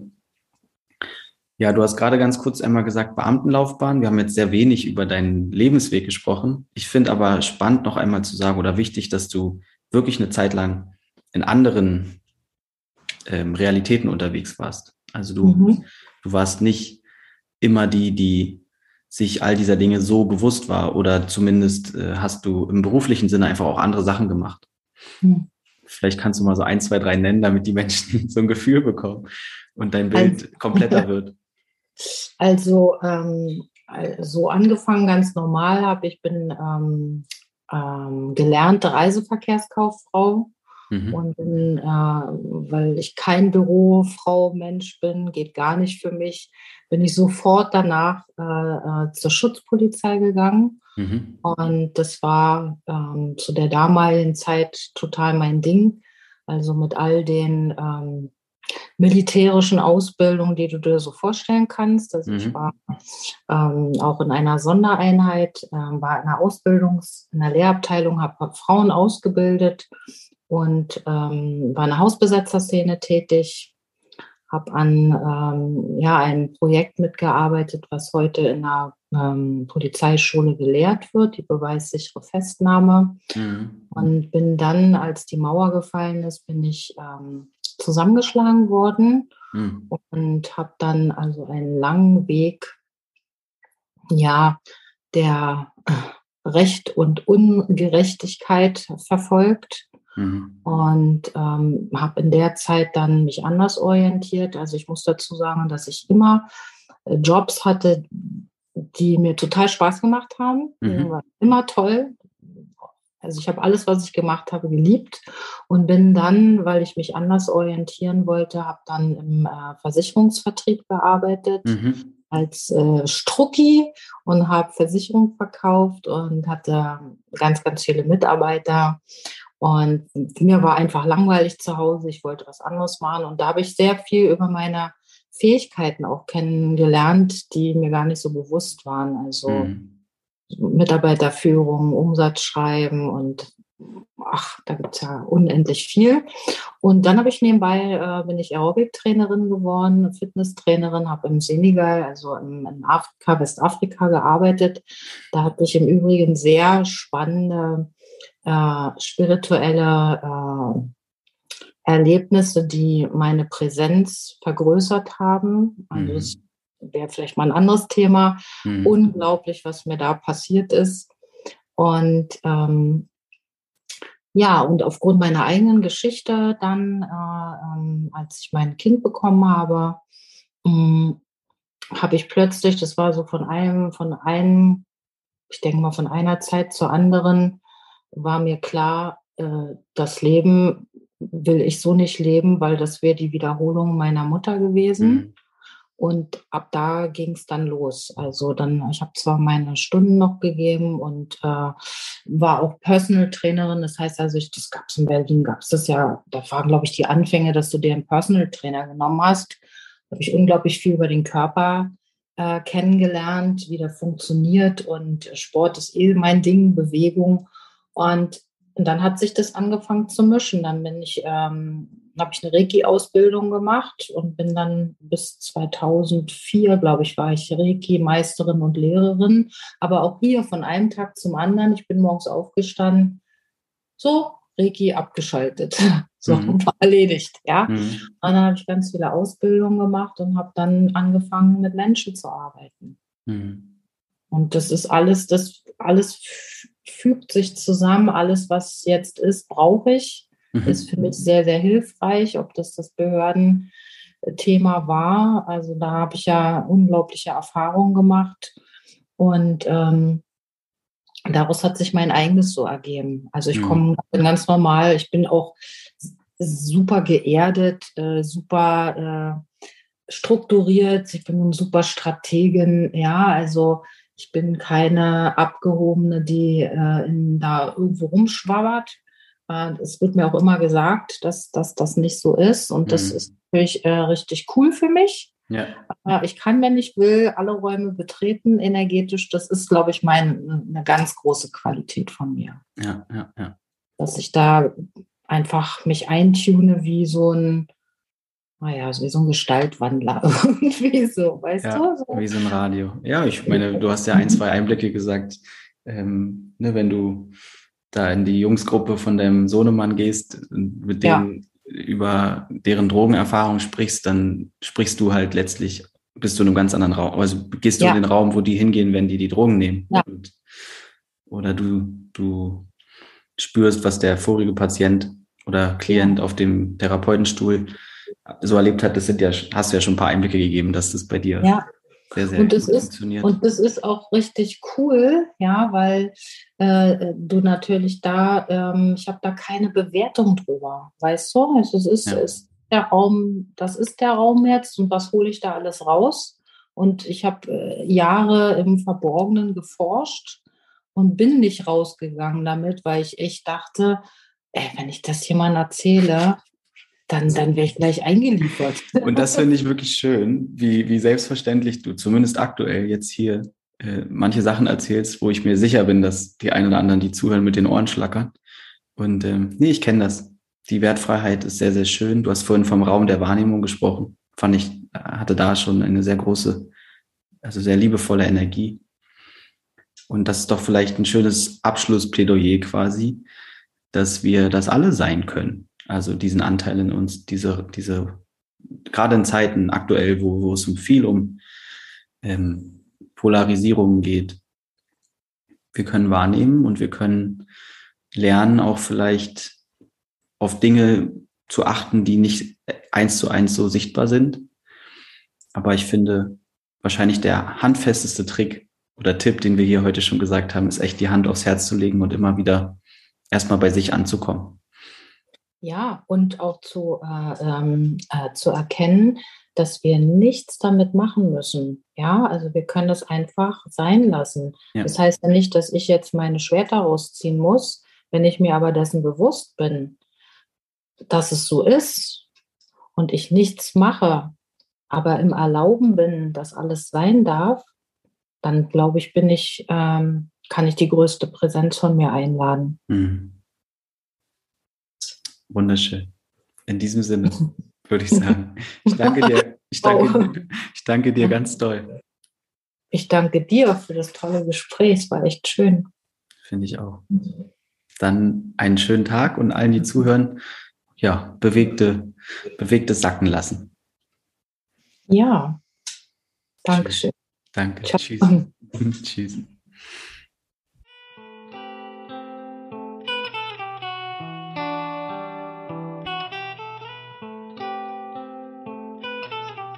Ja, du hast gerade ganz kurz einmal gesagt, Beamtenlaufbahn. Wir haben jetzt sehr wenig über deinen Lebensweg gesprochen. Ich finde aber spannend noch einmal zu sagen oder wichtig, dass du wirklich eine Zeit lang in anderen ähm, Realitäten unterwegs warst. Also du, Mhm. du warst nicht immer die, die sich all dieser Dinge so bewusst war oder zumindest äh, hast du im beruflichen Sinne einfach auch andere Sachen gemacht. Mhm. Vielleicht kannst du mal so ein, zwei, drei nennen, damit die Menschen so ein Gefühl bekommen und dein Also, Bild kompletter wird. also ähm, so angefangen ganz normal habe ich bin ähm, ähm, gelernte Reiseverkehrskauffrau Mhm. und bin, äh, weil ich kein Bürofrau Mensch bin, geht gar nicht für mich, bin ich sofort danach äh, äh, zur Schutzpolizei gegangen. Mhm. Und das war ähm, zu der damaligen Zeit total mein Ding. Also mit all den ähm, militärischen Ausbildungen, die du dir so vorstellen kannst. Also ich war Mhm. ähm, auch in einer Sondereinheit, ähm, war in einer Ausbildungs-, in einer Lehrabteilung, habe Frauen ausgebildet und ähm, war in der Hausbesetzerszene tätig, habe an ähm, ja, einem Projekt mitgearbeitet, was heute in einer ähm, Polizeischule gelehrt wird, die beweissichere Festnahme. Mhm. Und bin dann, als die Mauer gefallen ist, bin ich ähm, zusammengeschlagen worden Mhm. und habe dann also einen langen Weg, ja, der Recht und Ungerechtigkeit verfolgt Mhm. und ähm, habe in der Zeit dann mich anders orientiert. Also ich muss dazu sagen, dass ich immer äh, Jobs hatte, die mir total Spaß gemacht haben. Die Mhm. waren immer toll. Also ich habe alles, was ich gemacht habe, geliebt und bin dann, weil ich mich anders orientieren wollte, habe dann im äh, Versicherungsvertrieb gearbeitet Mhm. als äh, Strucki und habe Versicherungen verkauft und hatte ganz, ganz viele Mitarbeiter. Und mir war einfach langweilig zu Hause. Ich wollte was anderes machen. Und da habe ich sehr viel über meine Fähigkeiten auch kennengelernt, die mir gar nicht so bewusst waren. Also Mhm. Mitarbeiterführung, Umsatz schreiben und ach, da gibt es ja unendlich viel. Und dann habe ich nebenbei, äh, bin ich Aerobic-Trainerin geworden, Fitnesstrainerin, habe im Senegal, also in, in Afrika, Westafrika gearbeitet. Da hatte ich im Übrigen sehr spannende äh, spirituelle äh, Erlebnisse, die meine Präsenz vergrößert haben. Also das Mhm. wäre vielleicht mal ein anderes Thema. Mhm. Unglaublich, was mir da passiert ist. Und ähm, ja, und aufgrund meiner eigenen Geschichte dann, äh, ähm, als ich mein Kind bekommen habe, ähm, habe ich plötzlich, das war so von einem, von einem ich denke mal, von einer Zeit zur anderen war mir klar, äh, das Leben will ich so nicht leben, weil das wäre die Wiederholung meiner Mutter gewesen. Mhm. Und ab da ging es dann los. Also dann, ich habe zwar meine Stunden noch gegeben und äh, war auch Personal Trainerin. Das heißt also, ich, das gab es in Berlin, gab es das ja, da waren, glaube ich, die Anfänge, dass du dir einen Personal Trainer genommen hast. Da habe ich unglaublich viel über den Körper äh, kennengelernt, wie der funktioniert. Und Sport ist eh mein Ding, Bewegung. Und, und dann hat sich das angefangen zu mischen. Dann bin ich ähm, habe ich eine Reiki-Ausbildung gemacht und bin dann bis zweitausendvier, glaube ich, war ich Reiki-Meisterin und Lehrerin. Aber auch hier von einem Tag zum anderen. Ich bin morgens aufgestanden, so, Reiki abgeschaltet. So, Mhm. war erledigt, ja. Mhm. Und dann habe ich ganz viele Ausbildungen gemacht und habe dann angefangen, mit Menschen zu arbeiten. Mhm. Und das ist alles, das alles fügt sich zusammen. Alles, was jetzt ist, brauche ich. Ist für Mhm. mich sehr, sehr hilfreich, ob das das Behördenthema war. Also da habe ich ja unglaubliche Erfahrungen gemacht. Und ähm, daraus hat sich mein eigenes so ergeben. Also ich Mhm. komme ganz normal, ich bin auch super geerdet, äh, super äh, strukturiert, ich bin eine super Strategin, ja, also ich bin keine Abgehobene, die äh, in, da irgendwo rumschwabbert. Äh, es wird mir auch immer gesagt, dass, dass das nicht so ist und das Mhm. ist natürlich äh, richtig cool für mich. Ja. Äh, ich kann, wenn ich will, alle Räume betreten energetisch. Das ist, glaube ich, mein, eine ganz große Qualität von mir, Ja, ja, ja. dass ich da einfach mich eintune wie so ein naja, wie so ein Gestaltwandler irgendwie so, weißt Ja, du? So. wie so ein Radio. Ja, ich meine, du hast ja ein, zwei Einblicke gesagt. Ähm, ne, wenn du da in die Jungsgruppe von deinem Sohnemann gehst, und mit Ja, denen über deren Drogenerfahrung sprichst, dann sprichst du halt letztlich, bist du in einem ganz anderen Raum. Also gehst du in den ja, Raum, wo die hingehen, wenn die die Drogen nehmen. ja, Und, oder du, du spürst, was der vorige Patient oder Klient ja, auf dem Therapeutenstuhl so erlebt hat. Das sind ja, hast du ja schon ein paar Einblicke gegeben, dass das bei dir ja. sehr, sehr Und das gut ist, funktioniert. und das ist auch richtig cool, ja, weil äh, du natürlich da, ähm, ich habe da keine Bewertung drüber, weißt du? Also es ist, Ja. ist der Raum, das ist der Raum jetzt und was hole ich da alles raus? Und ich habe äh, Jahre im Verborgenen geforscht und bin nicht rausgegangen damit, weil ich echt dachte, ey, wenn ich das jemandem erzähle, dann, dann wäre ich gleich eingeliefert. Und das finde ich wirklich schön, wie, wie selbstverständlich du zumindest aktuell jetzt hier äh, manche Sachen erzählst, wo ich mir sicher bin, dass die einen oder anderen, die zuhören, mit den Ohren schlackern. Und ähm, nee, ich kenne das. Die Wertfreiheit ist sehr, sehr schön. Du hast vorhin vom Raum der Wahrnehmung gesprochen. Fand ich, hatte da schon eine sehr große, also sehr liebevolle Energie. Und das ist doch vielleicht ein schönes Abschlussplädoyer quasi, dass wir das alle sein können. Also diesen Anteil in uns, diese, diese, gerade in Zeiten aktuell, wo, wo es um viel um ähm, Polarisierung geht. Wir können wahrnehmen und wir können lernen, auch vielleicht auf Dinge zu achten, die nicht eins zu eins so sichtbar sind. Aber ich finde, wahrscheinlich der handfesteste Trick oder Tipp, den wir hier heute schon gesagt haben, ist echt die Hand aufs Herz zu legen und immer wieder erstmal bei sich anzukommen. Ja, und auch zu, äh, ähm, äh, zu erkennen, dass wir nichts damit machen müssen. Ja, also wir können das einfach sein lassen. Ja. Das heißt ja nicht, dass ich jetzt meine Schwerter rausziehen muss. Wenn ich mir aber dessen bewusst bin, dass es so ist und ich nichts mache, aber im Erlauben bin, dass alles sein darf, dann glaube ich, bin ich, ähm, kann ich die größte Präsenz von mir einladen. Mhm. Wunderschön. In diesem Sinne würde ich sagen, ich danke dir, ich danke, ich danke dir ganz doll. Ich danke dir für das tolle Gespräch. Es war echt schön. Finde ich auch. Dann einen schönen Tag und allen, die zuhören, ja, bewegte, bewegte Sacken lassen. Ja, danke Schön. schön. Danke. Ciao. Tschüss. Tschüss.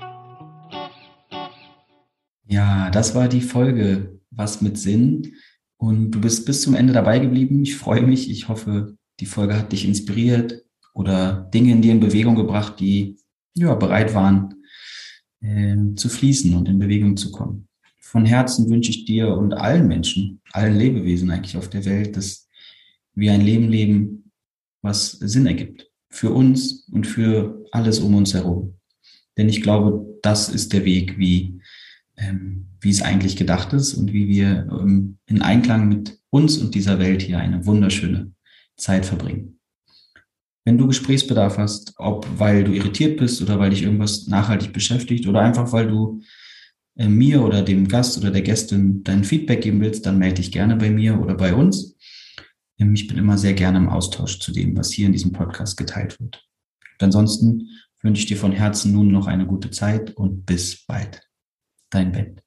Ja, das war die Folge Was mit Sinn. Und du bist bis zum Ende dabei geblieben. Ich freue mich. Ich hoffe, die Folge hat dich inspiriert oder Dinge in dir in Bewegung gebracht, die ja bereit waren, äh, zu fließen und in Bewegung zu kommen. Von Herzen wünsche ich dir und allen Menschen, allen Lebewesen eigentlich auf der Welt, dass wir ein Leben leben, was Sinn ergibt. Für uns und für alles um uns herum. Denn ich glaube, das ist der Weg, wie, ähm, wie es eigentlich gedacht ist und wie wir ähm, in Einklang mit uns und dieser Welt hier eine wunderschöne Zeit verbringen. Wenn du Gesprächsbedarf hast, ob weil du irritiert bist oder weil dich irgendwas nachhaltig beschäftigt oder einfach weil du äh, mir oder dem Gast oder der Gästin dein Feedback geben willst, dann melde dich gerne bei mir oder bei uns. Ähm, ich bin immer sehr gerne im Austausch zu dem, was hier in diesem Podcast geteilt wird. Und ansonsten wünsche ich dir von Herzen nun noch eine gute Zeit und bis bald. Dein Ben.